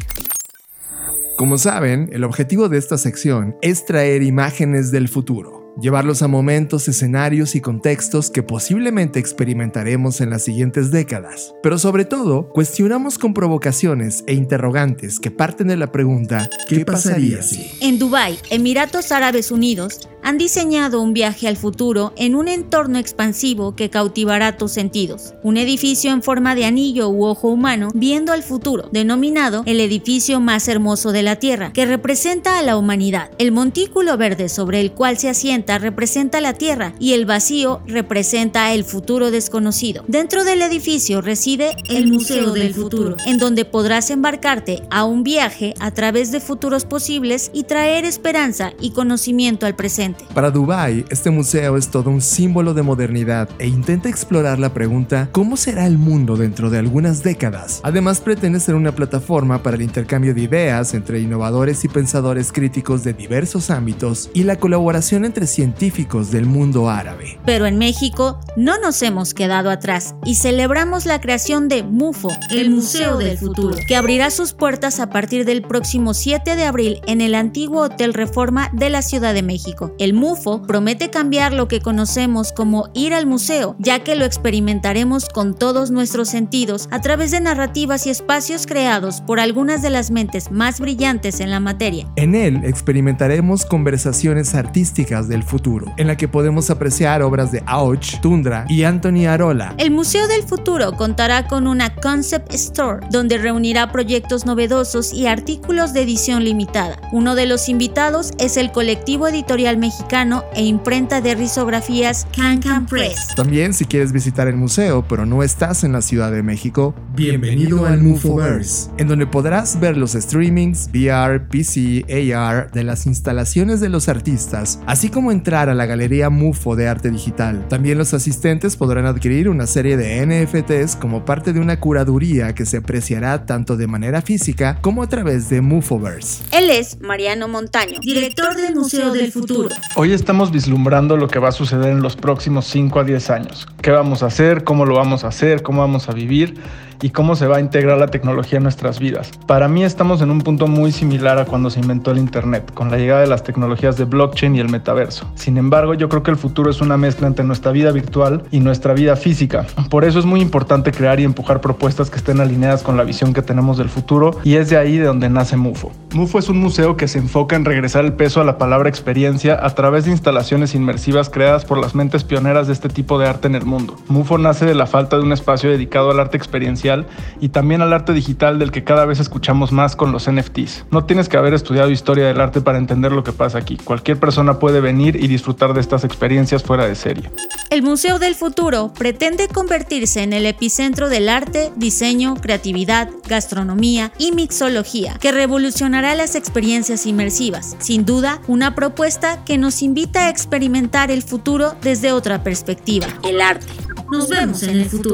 Como saben, el objetivo de esta sección es traer imágenes del futuro. Llevarlos a momentos, escenarios y contextos que posiblemente experimentaremos en las siguientes décadas. Pero sobre todo, cuestionamos con provocaciones e interrogantes que parten de la pregunta ¿qué pasaría si? En Dubái, Emiratos Árabes Unidos, han diseñado un viaje al futuro en un entorno expansivo que cautivará tus sentidos. Un edificio en forma de anillo u ojo humano viendo al futuro, denominado el edificio más hermoso de la Tierra, que representa a la humanidad. El montículo verde sobre el cual se asienta representa la Tierra y el vacío representa el futuro desconocido. Dentro del edificio reside el Museo del Futuro, en donde podrás embarcarte a un viaje a través de futuros posibles y traer esperanza y conocimiento al presente. Para Dubái, este museo es todo un símbolo de modernidad e intenta explorar la pregunta ¿cómo será el mundo dentro de algunas décadas? Además, pretende ser una plataforma para el intercambio de ideas entre innovadores y pensadores críticos de diversos ámbitos y la colaboración entre científicos del mundo árabe. Pero en México no nos hemos quedado atrás y celebramos la creación de MUFO, el Museo del Futuro, que abrirá sus puertas a partir del próximo siete de abril en el antiguo Hotel Reforma de la Ciudad de México. El MUFO promete cambiar lo que conocemos como ir al museo, ya que lo experimentaremos con todos nuestros sentidos a través de narrativas y espacios creados por algunas de las mentes más brillantes en la materia. En él experimentaremos conversaciones artísticas del futuro, en la que podemos apreciar obras de Auch, Tundra y Anthony Arola. El Museo del Futuro contará con una Concept Store, donde reunirá proyectos novedosos y artículos de edición limitada. Uno de los invitados es el colectivo editorial mexicano e imprenta de risografías Can Can Press. También, si quieres visitar el museo pero no estás en la Ciudad de México, bienvenido al MUFOverse, en donde podrás ver los streamings, V R, P C, A R de las instalaciones de los artistas, así como entrar a la galería MUFO de arte digital. También los asistentes podrán adquirir una serie de N F Ts como parte de una curaduría que se apreciará tanto de manera física como a través de MUFOverse. Él es Mariano Montaño, director del Museo del Futuro. Hoy estamos vislumbrando lo que va a suceder en los próximos cinco a diez años. ¿Qué vamos a hacer? ¿Cómo lo vamos a hacer? ¿Cómo vamos a vivir? Y cómo se va a integrar la tecnología en nuestras vidas. Para mí estamos en un punto muy similar a cuando se inventó el Internet, con la llegada de las tecnologías de blockchain y el metaverso. Sin embargo, yo creo que el futuro es una mezcla entre nuestra vida virtual y nuestra vida física. Por eso es muy importante crear y empujar propuestas que estén alineadas con la visión que tenemos del futuro, y es de ahí de donde nace MUFO. MUFO es un museo que se enfoca en regresar el peso a la palabra experiencia a través de instalaciones inmersivas creadas por las mentes pioneras de este tipo de arte en el mundo. MUFO nace de la falta de un espacio dedicado al arte experiencial y también al arte digital, del que cada vez escuchamos más con los N F Ts. No tienes que haber estudiado historia del arte para entender lo que pasa aquí. Cualquier persona puede venir y disfrutar de estas experiencias fuera de serie. El Museo del Futuro pretende convertirse en el epicentro del arte, diseño, creatividad, gastronomía y mixología, que revolucionará las experiencias inmersivas. Sin duda, una propuesta que nos invita a experimentar el futuro desde otra perspectiva, el arte. Nos vemos en el futuro.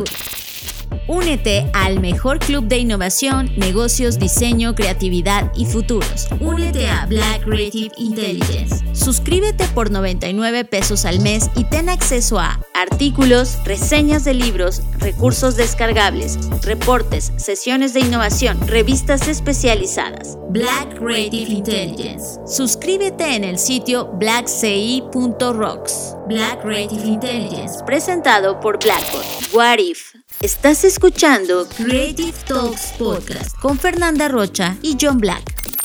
Únete al mejor club de innovación, negocios, diseño, creatividad y futuros. Únete a Black Creative Intelligence. Suscríbete por noventa y nueve pesos al mes y ten acceso a artículos, reseñas de libros, recursos descargables, reportes, sesiones de innovación, revistas especializadas. Black Creative Intelligence. Suscríbete en el sitio black c i punto rocks. Black Creative Intelligence, presentado por Blackboard. What If? Estás escuchando Creative Talks Podcast con Fernanda Rocha y John Black.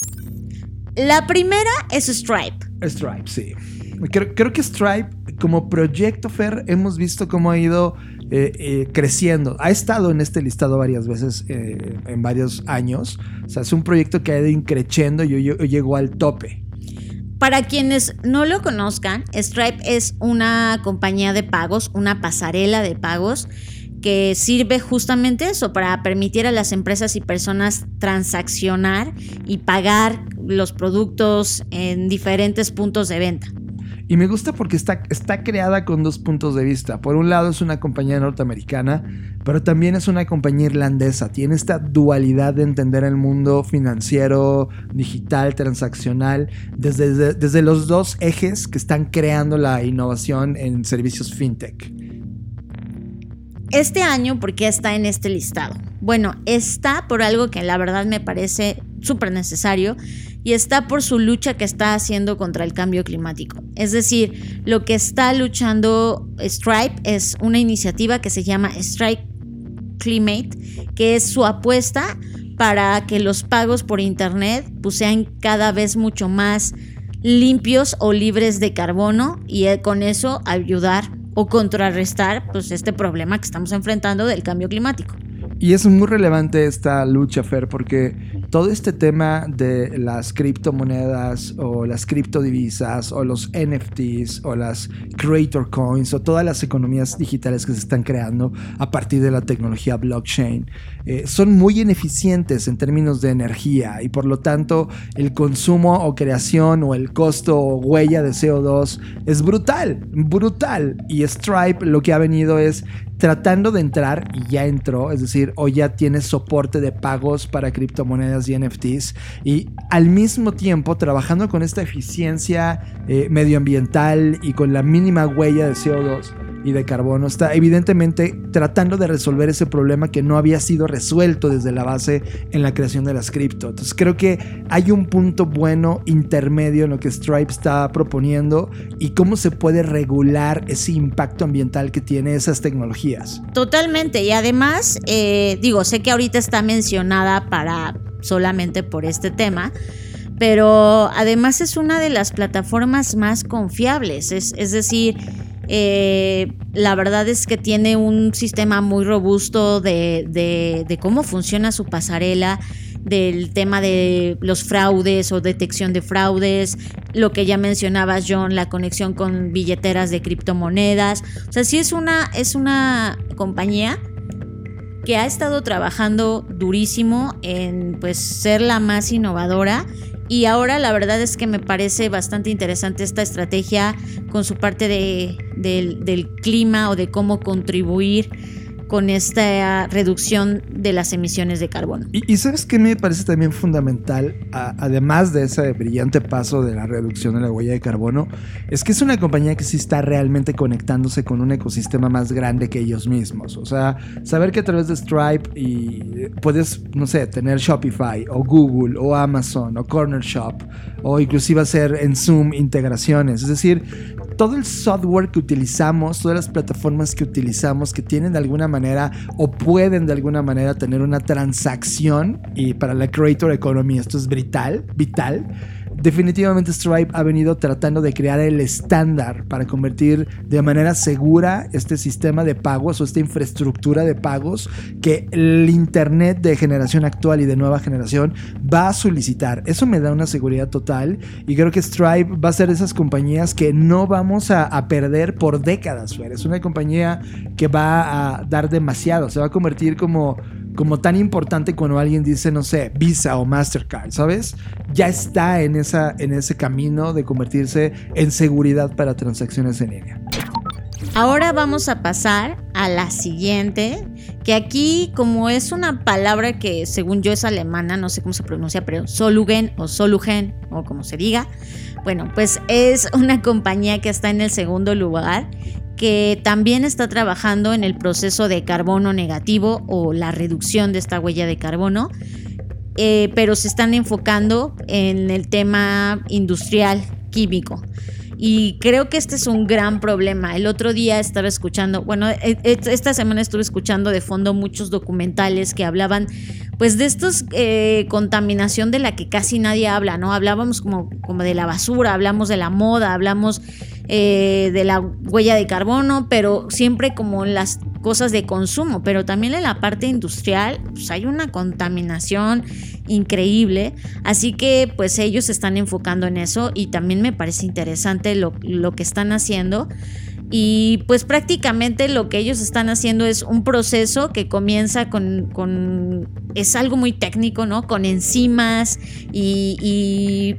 La primera es Stripe. Stripe, sí. Creo, creo que Stripe, como proyecto, Fer, hemos visto cómo ha ido eh, eh, creciendo. Ha estado en este listado varias veces eh, en varios años. O sea, es un proyecto que ha ido increciendo y hoy llegó al tope. Para quienes no lo conozcan, Stripe es una compañía de pagos, una pasarela de pagos que sirve justamente eso, para permitir a las empresas y personas transaccionar y pagar los productos en diferentes puntos de venta. Y me gusta porque está, está creada con dos puntos de vista. Por un lado es una compañía norteamericana, pero también es una compañía irlandesa. Tiene esta dualidad de entender el mundo financiero, digital, transaccional, desde, desde, desde los dos ejes que están creando la innovación en servicios fintech. Este año, ¿por qué está en este listado? Bueno, está por algo que la verdad me parece súper necesario y está por su lucha que está haciendo contra el cambio climático. Es decir, lo que está luchando Stripe es una iniciativa que se llama Stripe Climate, que es su apuesta para que los pagos por internet pues, sean cada vez mucho más limpios o libres de carbono y con eso ayudar o contrarrestar pues, este problema que estamos enfrentando del cambio climático. Y es muy relevante esta lucha, Fer, porque todo este tema de las criptomonedas o las criptodivisas o los N F Ts o las creator coins o todas las economías digitales que se están creando a partir de la tecnología blockchain eh, son muy ineficientes en términos de energía y por lo tanto el consumo o creación o el costo o huella de C O dos es brutal, brutal. Y Stripe lo que ha venido es tratando de entrar, y ya entró, es decir, o ya tiene soporte de pagos para criptomonedas y N F Ts, y al mismo tiempo trabajando con esta eficiencia eh, medioambiental y con la mínima huella de C O dos y de carbono, está evidentemente tratando de resolver ese problema que no había sido resuelto desde la base en la creación de las cripto. Entonces creo que hay un punto bueno intermedio en lo que Stripe está proponiendo y cómo se puede regular ese impacto ambiental que tiene esas tecnologías. Totalmente, y además, eh, digo, sé que ahorita está mencionada para solamente por este tema, pero además es una de las plataformas más confiables, es, es decir, Eh, la verdad es que tiene un sistema muy robusto de, de, de cómo funciona su pasarela, del tema de los fraudes o detección de fraudes, lo que ya mencionabas, John, la conexión con billeteras de criptomonedas. O sea, sí es una, es una compañía que ha estado trabajando durísimo en pues ser la más innovadora. Y ahora la verdad es que me parece bastante interesante esta estrategia con su parte de, de, del clima o de cómo contribuir con esta reducción de las emisiones de carbono. Y, y ¿sabes qué me parece también fundamental? A, además de ese brillante paso de la reducción de la huella de carbono, es que es una compañía que sí está realmente conectándose con un ecosistema más grande que ellos mismos. O sea, saber que a través de Stripe y puedes, no sé, tener Shopify o Google o Amazon o Corner Shop o inclusive hacer en Zoom integraciones. Es decir, todo el software que utilizamos, todas las plataformas que utilizamos que tienen de alguna manera o pueden de alguna manera tener una transacción, y para la creator economy esto es vital, vital. Definitivamente Stripe ha venido tratando de crear el estándar para convertir de manera segura este sistema de pagos o esta infraestructura de pagos que el internet de generación actual y de nueva generación va a solicitar. Eso me da una seguridad total y creo que Stripe va a ser de esas compañías que no vamos a, a perder por décadas. Es una compañía que va a dar demasiado, se va a convertir como como tan importante cuando alguien dice, no sé, Visa o Mastercard, ¿sabes? Ya está en, esa, en ese camino de convertirse en seguridad para transacciones en línea. Ahora vamos a pasar a la siguiente, que aquí como es una palabra que según yo es alemana, no sé cómo se pronuncia, pero Solugen o Solugen o como se diga, bueno, pues es una compañía que está en el segundo lugar, que también está trabajando en el proceso de carbono negativo o la reducción de esta huella de carbono, eh, pero se están enfocando en el tema industrial químico. Y creo que este es un gran problema. El otro día estaba escuchando, bueno, esta semana estuve escuchando de fondo muchos documentales que hablaban pues de estos eh, contaminación de la que casi nadie habla, ¿no? Hablábamos como, como de la basura, hablamos de la moda, hablamos eh, de la huella de carbono, pero siempre como las cosas de consumo, pero también en la parte industrial pues hay una contaminación increíble, así que pues ellos se están enfocando en eso y también me parece interesante lo, lo que están haciendo. Y pues prácticamente lo que ellos están haciendo es un proceso que comienza con, con es algo muy técnico, ¿no? Con enzimas y, y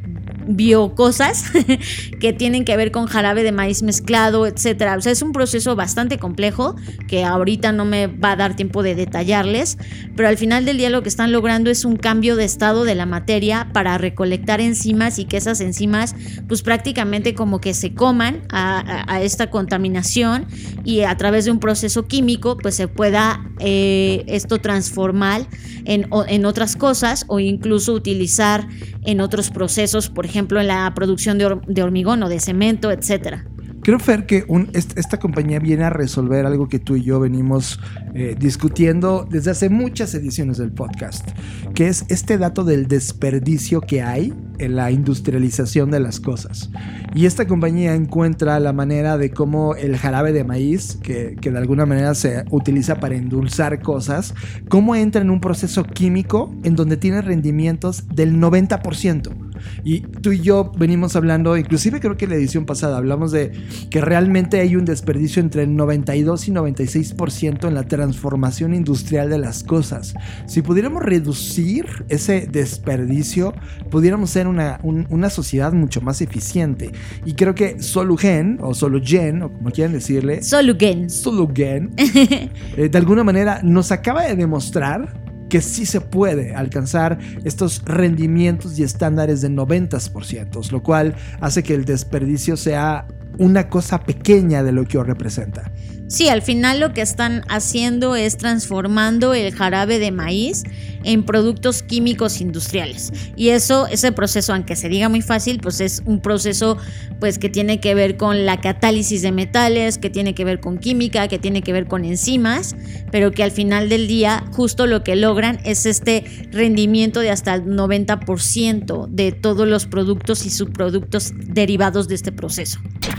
biocosas que tienen que ver con jarabe de maíz mezclado, etcétera. O sea, es un proceso bastante complejo que ahorita no me va a dar tiempo de detallarles, pero al final del día lo que están logrando es un cambio de estado de la materia para recolectar enzimas y que esas enzimas pues prácticamente como que se coman a, a, a esta contaminación y a través de un proceso químico pues se pueda eh, esto transformar en, en otras cosas o incluso utilizar en otros procesos, por ejemplo en la producción de, or- de hormigón o de cemento, etcétera. Creo, Fer, que un, est- esta compañía viene a resolver algo que tú y yo venimos eh, discutiendo desde hace muchas ediciones del podcast, que es este dato del desperdicio que hay en la industrialización de las cosas. Y esta compañía encuentra la manera de cómo el jarabe de maíz, que, que de alguna manera se utiliza para endulzar cosas, cómo entra en un proceso químico en donde tiene rendimientos del noventa por ciento. Y tú y yo venimos hablando, inclusive creo que en la edición pasada hablamos de que realmente hay un desperdicio entre el noventa y dos y noventa y seis por ciento en la transformación industrial de las cosas. Si pudiéramos reducir ese desperdicio, pudiéramos ser una, un, una sociedad mucho más eficiente. Y creo que Solugen, o Solugen, o como quieran decirle, Solugen, Solugen eh, de alguna manera nos acaba de demostrar que sí se puede alcanzar estos rendimientos y estándares de noventa por ciento, lo cual hace que el desperdicio sea una cosa pequeña de lo que representa. Sí, al final lo que están haciendo es transformando el jarabe de maíz en productos químicos industriales. Y eso, ese proceso, aunque se diga muy fácil, pues es un proceso pues, que tiene que ver con la catálisis de metales, que tiene que ver con química, que tiene que ver con enzimas, pero que al final del día justo lo que logran es este rendimiento de hasta el noventa por ciento de todos los productos y subproductos derivados de este proceso.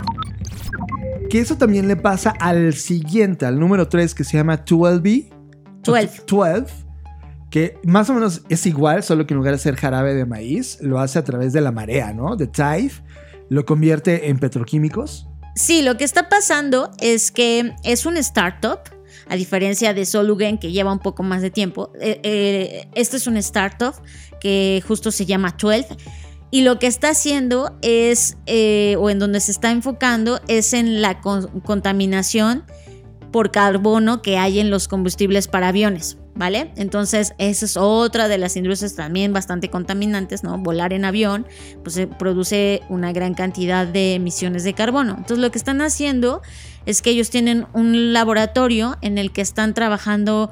Que eso también le pasa al siguiente, al número tres, que se llama doce B. doce. doce, que más o menos es igual, solo que en lugar de ser jarabe de maíz, lo hace a través de la marea, ¿no? De Tide, lo convierte en petroquímicos. Sí, lo que está pasando es que es un startup, a diferencia de Solugen, que lleva un poco más de tiempo. Eh, eh, este es un startup que justo se llama doce. Y lo que está haciendo es, eh, o en donde se está enfocando, es en la con- contaminación por carbono que hay en los combustibles para aviones, ¿vale? Entonces, esa es otra de las industrias también bastante contaminantes, ¿no? Volar en avión, pues se produce una gran cantidad de emisiones de carbono. Entonces, lo que están haciendo es que ellos tienen un laboratorio en el que están trabajando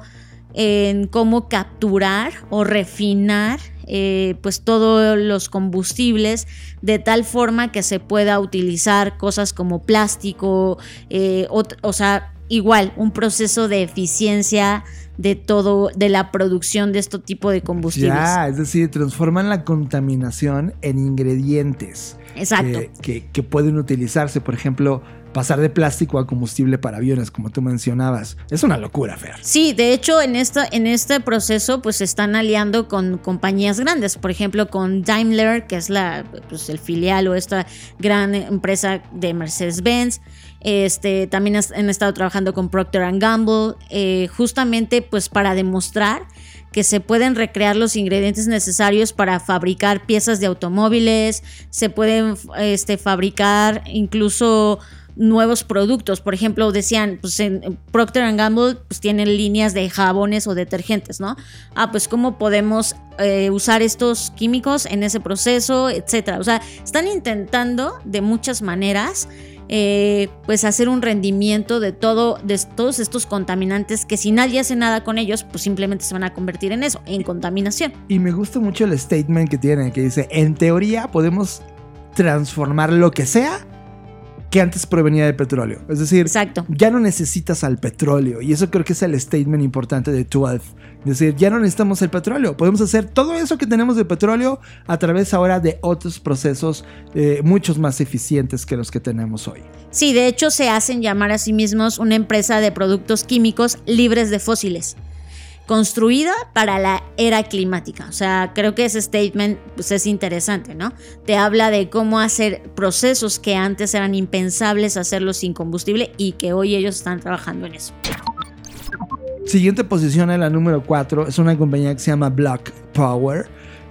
en cómo capturar o refinar eh, pues todos los combustibles de tal forma que se pueda utilizar cosas como plástico, eh, o, o sea, igual un proceso de eficiencia de todo, de la producción de este tipo de combustibles. Ya, es decir, transforman la contaminación en ingredientes. Exacto. Que, que, que pueden utilizarse, por ejemplo, pasar de plástico a combustible para aviones, como tú mencionabas. Es una locura, Fer. Sí, de hecho, en, esta, en este proceso pues se están aliando con compañías grandes, por ejemplo, con Daimler, que es la, pues, el filial o esta gran empresa de Mercedes-Benz. Este, también han estado trabajando con Procter and Gamble, eh, justamente pues para demostrar que se pueden recrear los ingredientes necesarios para fabricar piezas de automóviles, se pueden este, fabricar incluso nuevos productos. Por ejemplo, decían, pues en Procter and Gamble pues tienen líneas de jabones o detergentes, ¿no? Ah, pues cómo podemos eh, usar estos químicos en ese proceso, etcétera. O sea, están intentando de muchas maneras eh, pues hacer un rendimiento de todo, de todos estos contaminantes que si nadie hace nada con ellos, pues simplemente se van a convertir en eso, en contaminación. Y me gusta mucho el statement que tiene, que dice, en teoría podemos transformar lo que sea que antes provenía del petróleo. Es decir, exacto, ya no necesitas al petróleo. Y eso creo que es el statement importante de doce. Es decir, ya no necesitamos el petróleo. Podemos hacer todo eso que tenemos de petróleo a través ahora de otros procesos eh, muchos más eficientes que los que tenemos hoy. Sí, de hecho se hacen llamar a sí mismos una empresa de productos químicos libres de fósiles, construida para la era climática. O sea, creo que ese statement pues, es interesante, ¿no? Te habla de cómo hacer procesos que antes eran impensables hacerlos sin combustible y que hoy ellos están trabajando en eso. Siguiente posición en la número cuatro es una compañía que se llama Block Power.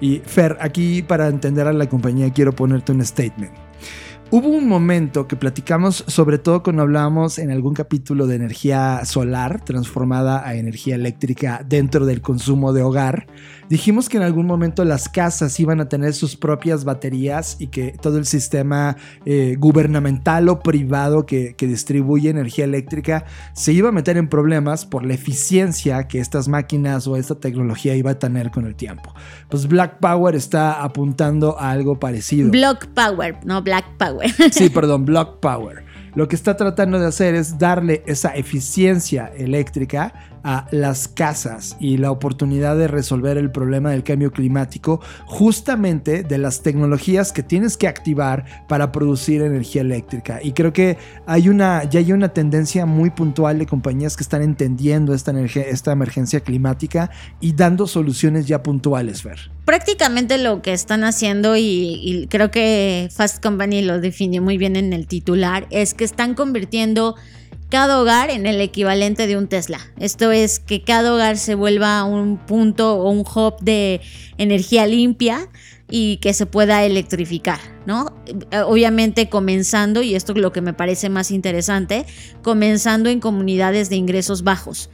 Y Fer, aquí para entender a la compañía quiero ponerte un statement. Hubo un momento que platicamos, sobre todo cuando hablábamos en algún capítulo de energía solar transformada a energía eléctrica dentro del consumo de hogar. Dijimos que en algún momento las casas iban a tener sus propias baterías y que todo el sistema eh, gubernamental o privado que, que distribuye energía eléctrica se iba a meter en problemas por la eficiencia que estas máquinas o esta tecnología iba a tener con el tiempo. Pues Black Power está apuntando a algo parecido. Block Power, no Black Power. Sí, perdón, Black Power. Lo que está tratando de hacer es darle esa eficiencia eléctrica a las casas y la oportunidad de resolver el problema del cambio climático, justamente de las tecnologías que tienes que activar para producir energía eléctrica. Y creo que hay una, ya hay una tendencia muy puntual de compañías que están entendiendo esta, energía, esta emergencia climática y dando soluciones ya puntuales, Fer. Prácticamente lo que están haciendo, y, y creo que Fast Company lo definió muy bien en el titular, es que están convirtiendo cada hogar en el equivalente de un Tesla. Esto es que cada hogar se vuelva un punto o un hub de energía limpia y que se pueda electrificar, ¿no? Obviamente comenzando, y esto es lo que me parece más interesante, comenzando en comunidades de ingresos bajos.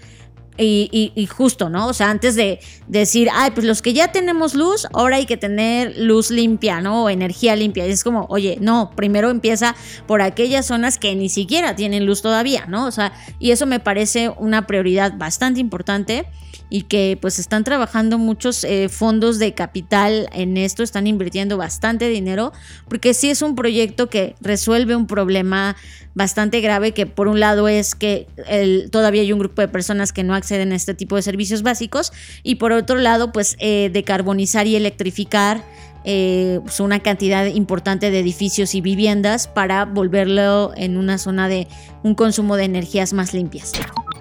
Y, y, y justo, ¿no? O sea, antes de decir, ay, pues los que ya tenemos luz, ahora hay que tener luz limpia, ¿no? O energía limpia. Y es como, oye, no, primero empieza por aquellas zonas que ni siquiera tienen luz todavía, ¿no? O sea, y eso me parece una prioridad bastante importante y que pues están trabajando muchos eh, fondos de capital en esto, están invirtiendo bastante dinero, porque sí es un proyecto que resuelve un problema bastante grave, que por un lado es que el, todavía hay un grupo de personas que no acceden a este tipo de servicios básicos, y por otro lado pues eh, decarbonizar y electrificar eh, pues una cantidad importante de edificios y viviendas para volverlo en una zona de un consumo de energías más limpias.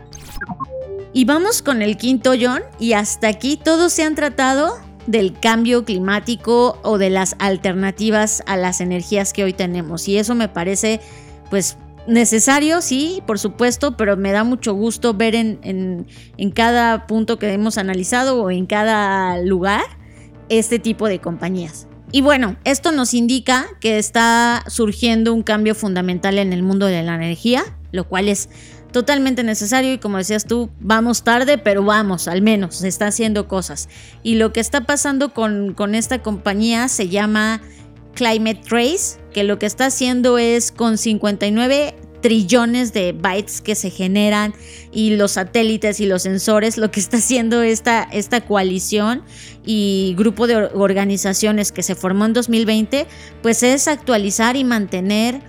Y vamos con el quinto, John, y hasta aquí todos se han tratado del cambio climático o de las alternativas a las energías que hoy tenemos, y eso me parece pues necesario, sí, por supuesto, pero me da mucho gusto ver en, en, en cada punto que hemos analizado o en cada lugar este tipo de compañías. Y bueno, esto nos indica que está surgiendo un cambio fundamental en el mundo de la energía, lo cual es totalmente necesario, y como decías tú, vamos tarde, pero vamos, al menos se está haciendo cosas. Y lo que está pasando con, con esta compañía se llama Climate Trace, que lo que está haciendo es con cincuenta y nueve trillones de bytes que se generan y los satélites y los sensores, lo que está haciendo esta, esta coalición y grupo de organizaciones que se formó en dos mil veinte, pues es actualizar y mantener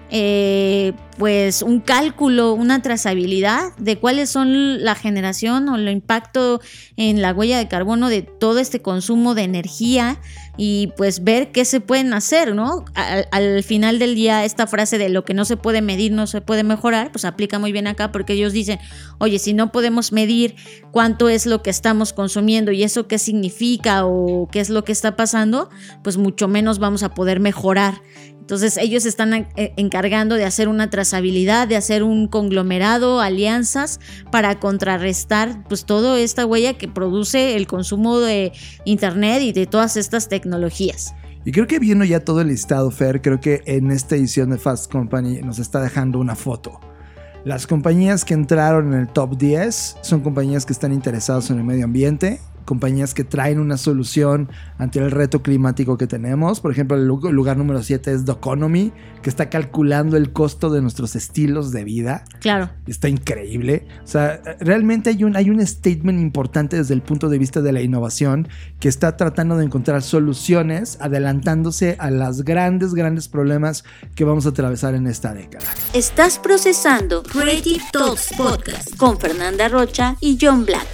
Eh, pues un cálculo, una trazabilidad de cuáles son la generación o el impacto en la huella de carbono de todo este consumo de energía, y pues ver qué se pueden hacer, ¿no? Al, al final del día, esta frase de lo que no se puede medir no se puede mejorar, pues aplica muy bien acá, porque ellos dicen, oye, si no podemos medir cuánto es lo que estamos consumiendo y eso qué significa o qué es lo que está pasando, pues mucho menos vamos a poder mejorar. Entonces ellos están encargando de hacer una trazabilidad, de hacer un conglomerado, alianzas para contrarrestar pues toda esta huella que produce el consumo de internet y de todas estas tecnologías. Y creo que viendo ya todo el listado, Fer, creo que en esta edición de Fast Company nos está dejando una foto. Las compañías que entraron en el top diez son compañías que están interesadas en el medio ambiente, compañías que traen una solución ante el reto climático que tenemos. Por ejemplo, el lugar número siete es The Economy, que está calculando el costo de nuestros estilos de vida. Claro. Está increíble. O sea, realmente hay un, hay un statement importante desde el punto de vista de la innovación, que está tratando de encontrar soluciones, adelantándose a los grandes, grandes problemas que vamos a atravesar en esta década. Estás procesando Creative Talks Podcast con Fernanda Rocha y John Black.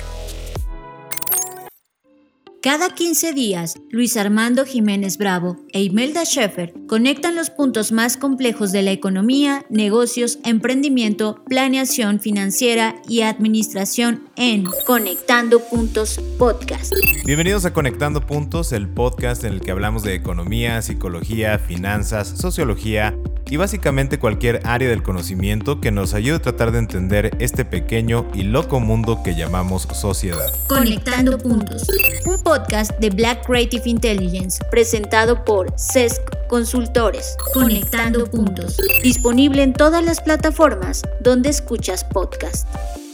Cada quince días, Luis Armando Jiménez Bravo e Imelda Schaefer conectan los puntos más complejos de la economía, negocios, emprendimiento, planeación financiera y administración en Conectando Puntos Podcast. Bienvenidos a Conectando Puntos, el podcast en el que hablamos de economía, psicología, finanzas, sociología, y básicamente cualquier área del conocimiento que nos ayude a tratar de entender este pequeño y loco mundo que llamamos sociedad. Conectando Puntos, un podcast de Black Creative Intelligence presentado por C E S C Consultores. Conectando Puntos, disponible en todas las plataformas donde escuchas podcast.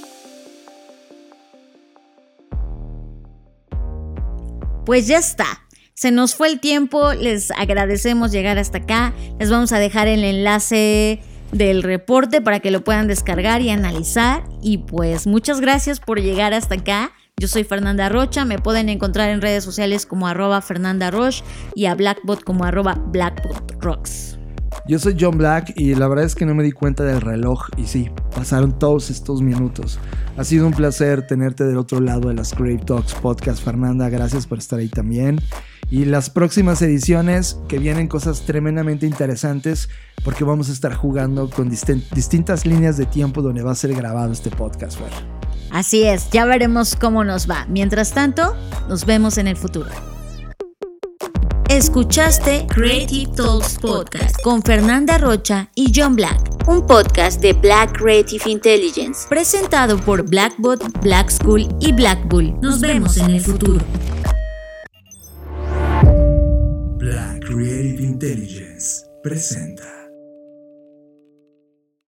Pues ya está. Se nos fue el tiempo, les agradecemos llegar hasta acá. Les vamos a dejar el enlace del reporte para que lo puedan descargar y analizar. Y pues muchas gracias por llegar hasta acá. Yo soy Fernanda Rocha, me pueden encontrar en redes sociales como arroba Fernanda Roche y a Blackbot como arroba Blackbot Rocks. Yo soy John Black y la verdad es que no me di cuenta del reloj y sí, pasaron todos estos minutos. Ha sido un placer tenerte del otro lado de las Creative Talks Podcast, Fernanda, gracias por estar ahí también. Y las próximas ediciones que vienen cosas tremendamente interesantes porque vamos a estar jugando con dist- distintas líneas de tiempo donde va a ser grabado este podcast, Fer. Así es, ya veremos cómo nos va. Mientras tanto, nos vemos en el futuro. Escuchaste Creative Talks Podcast con Fernanda Rocha y John Black, un podcast de Black Creative Intelligence, presentado por Blackbot, Black School y Black Bull. Nos vemos en el futuro. Black Creative Intelligence presenta.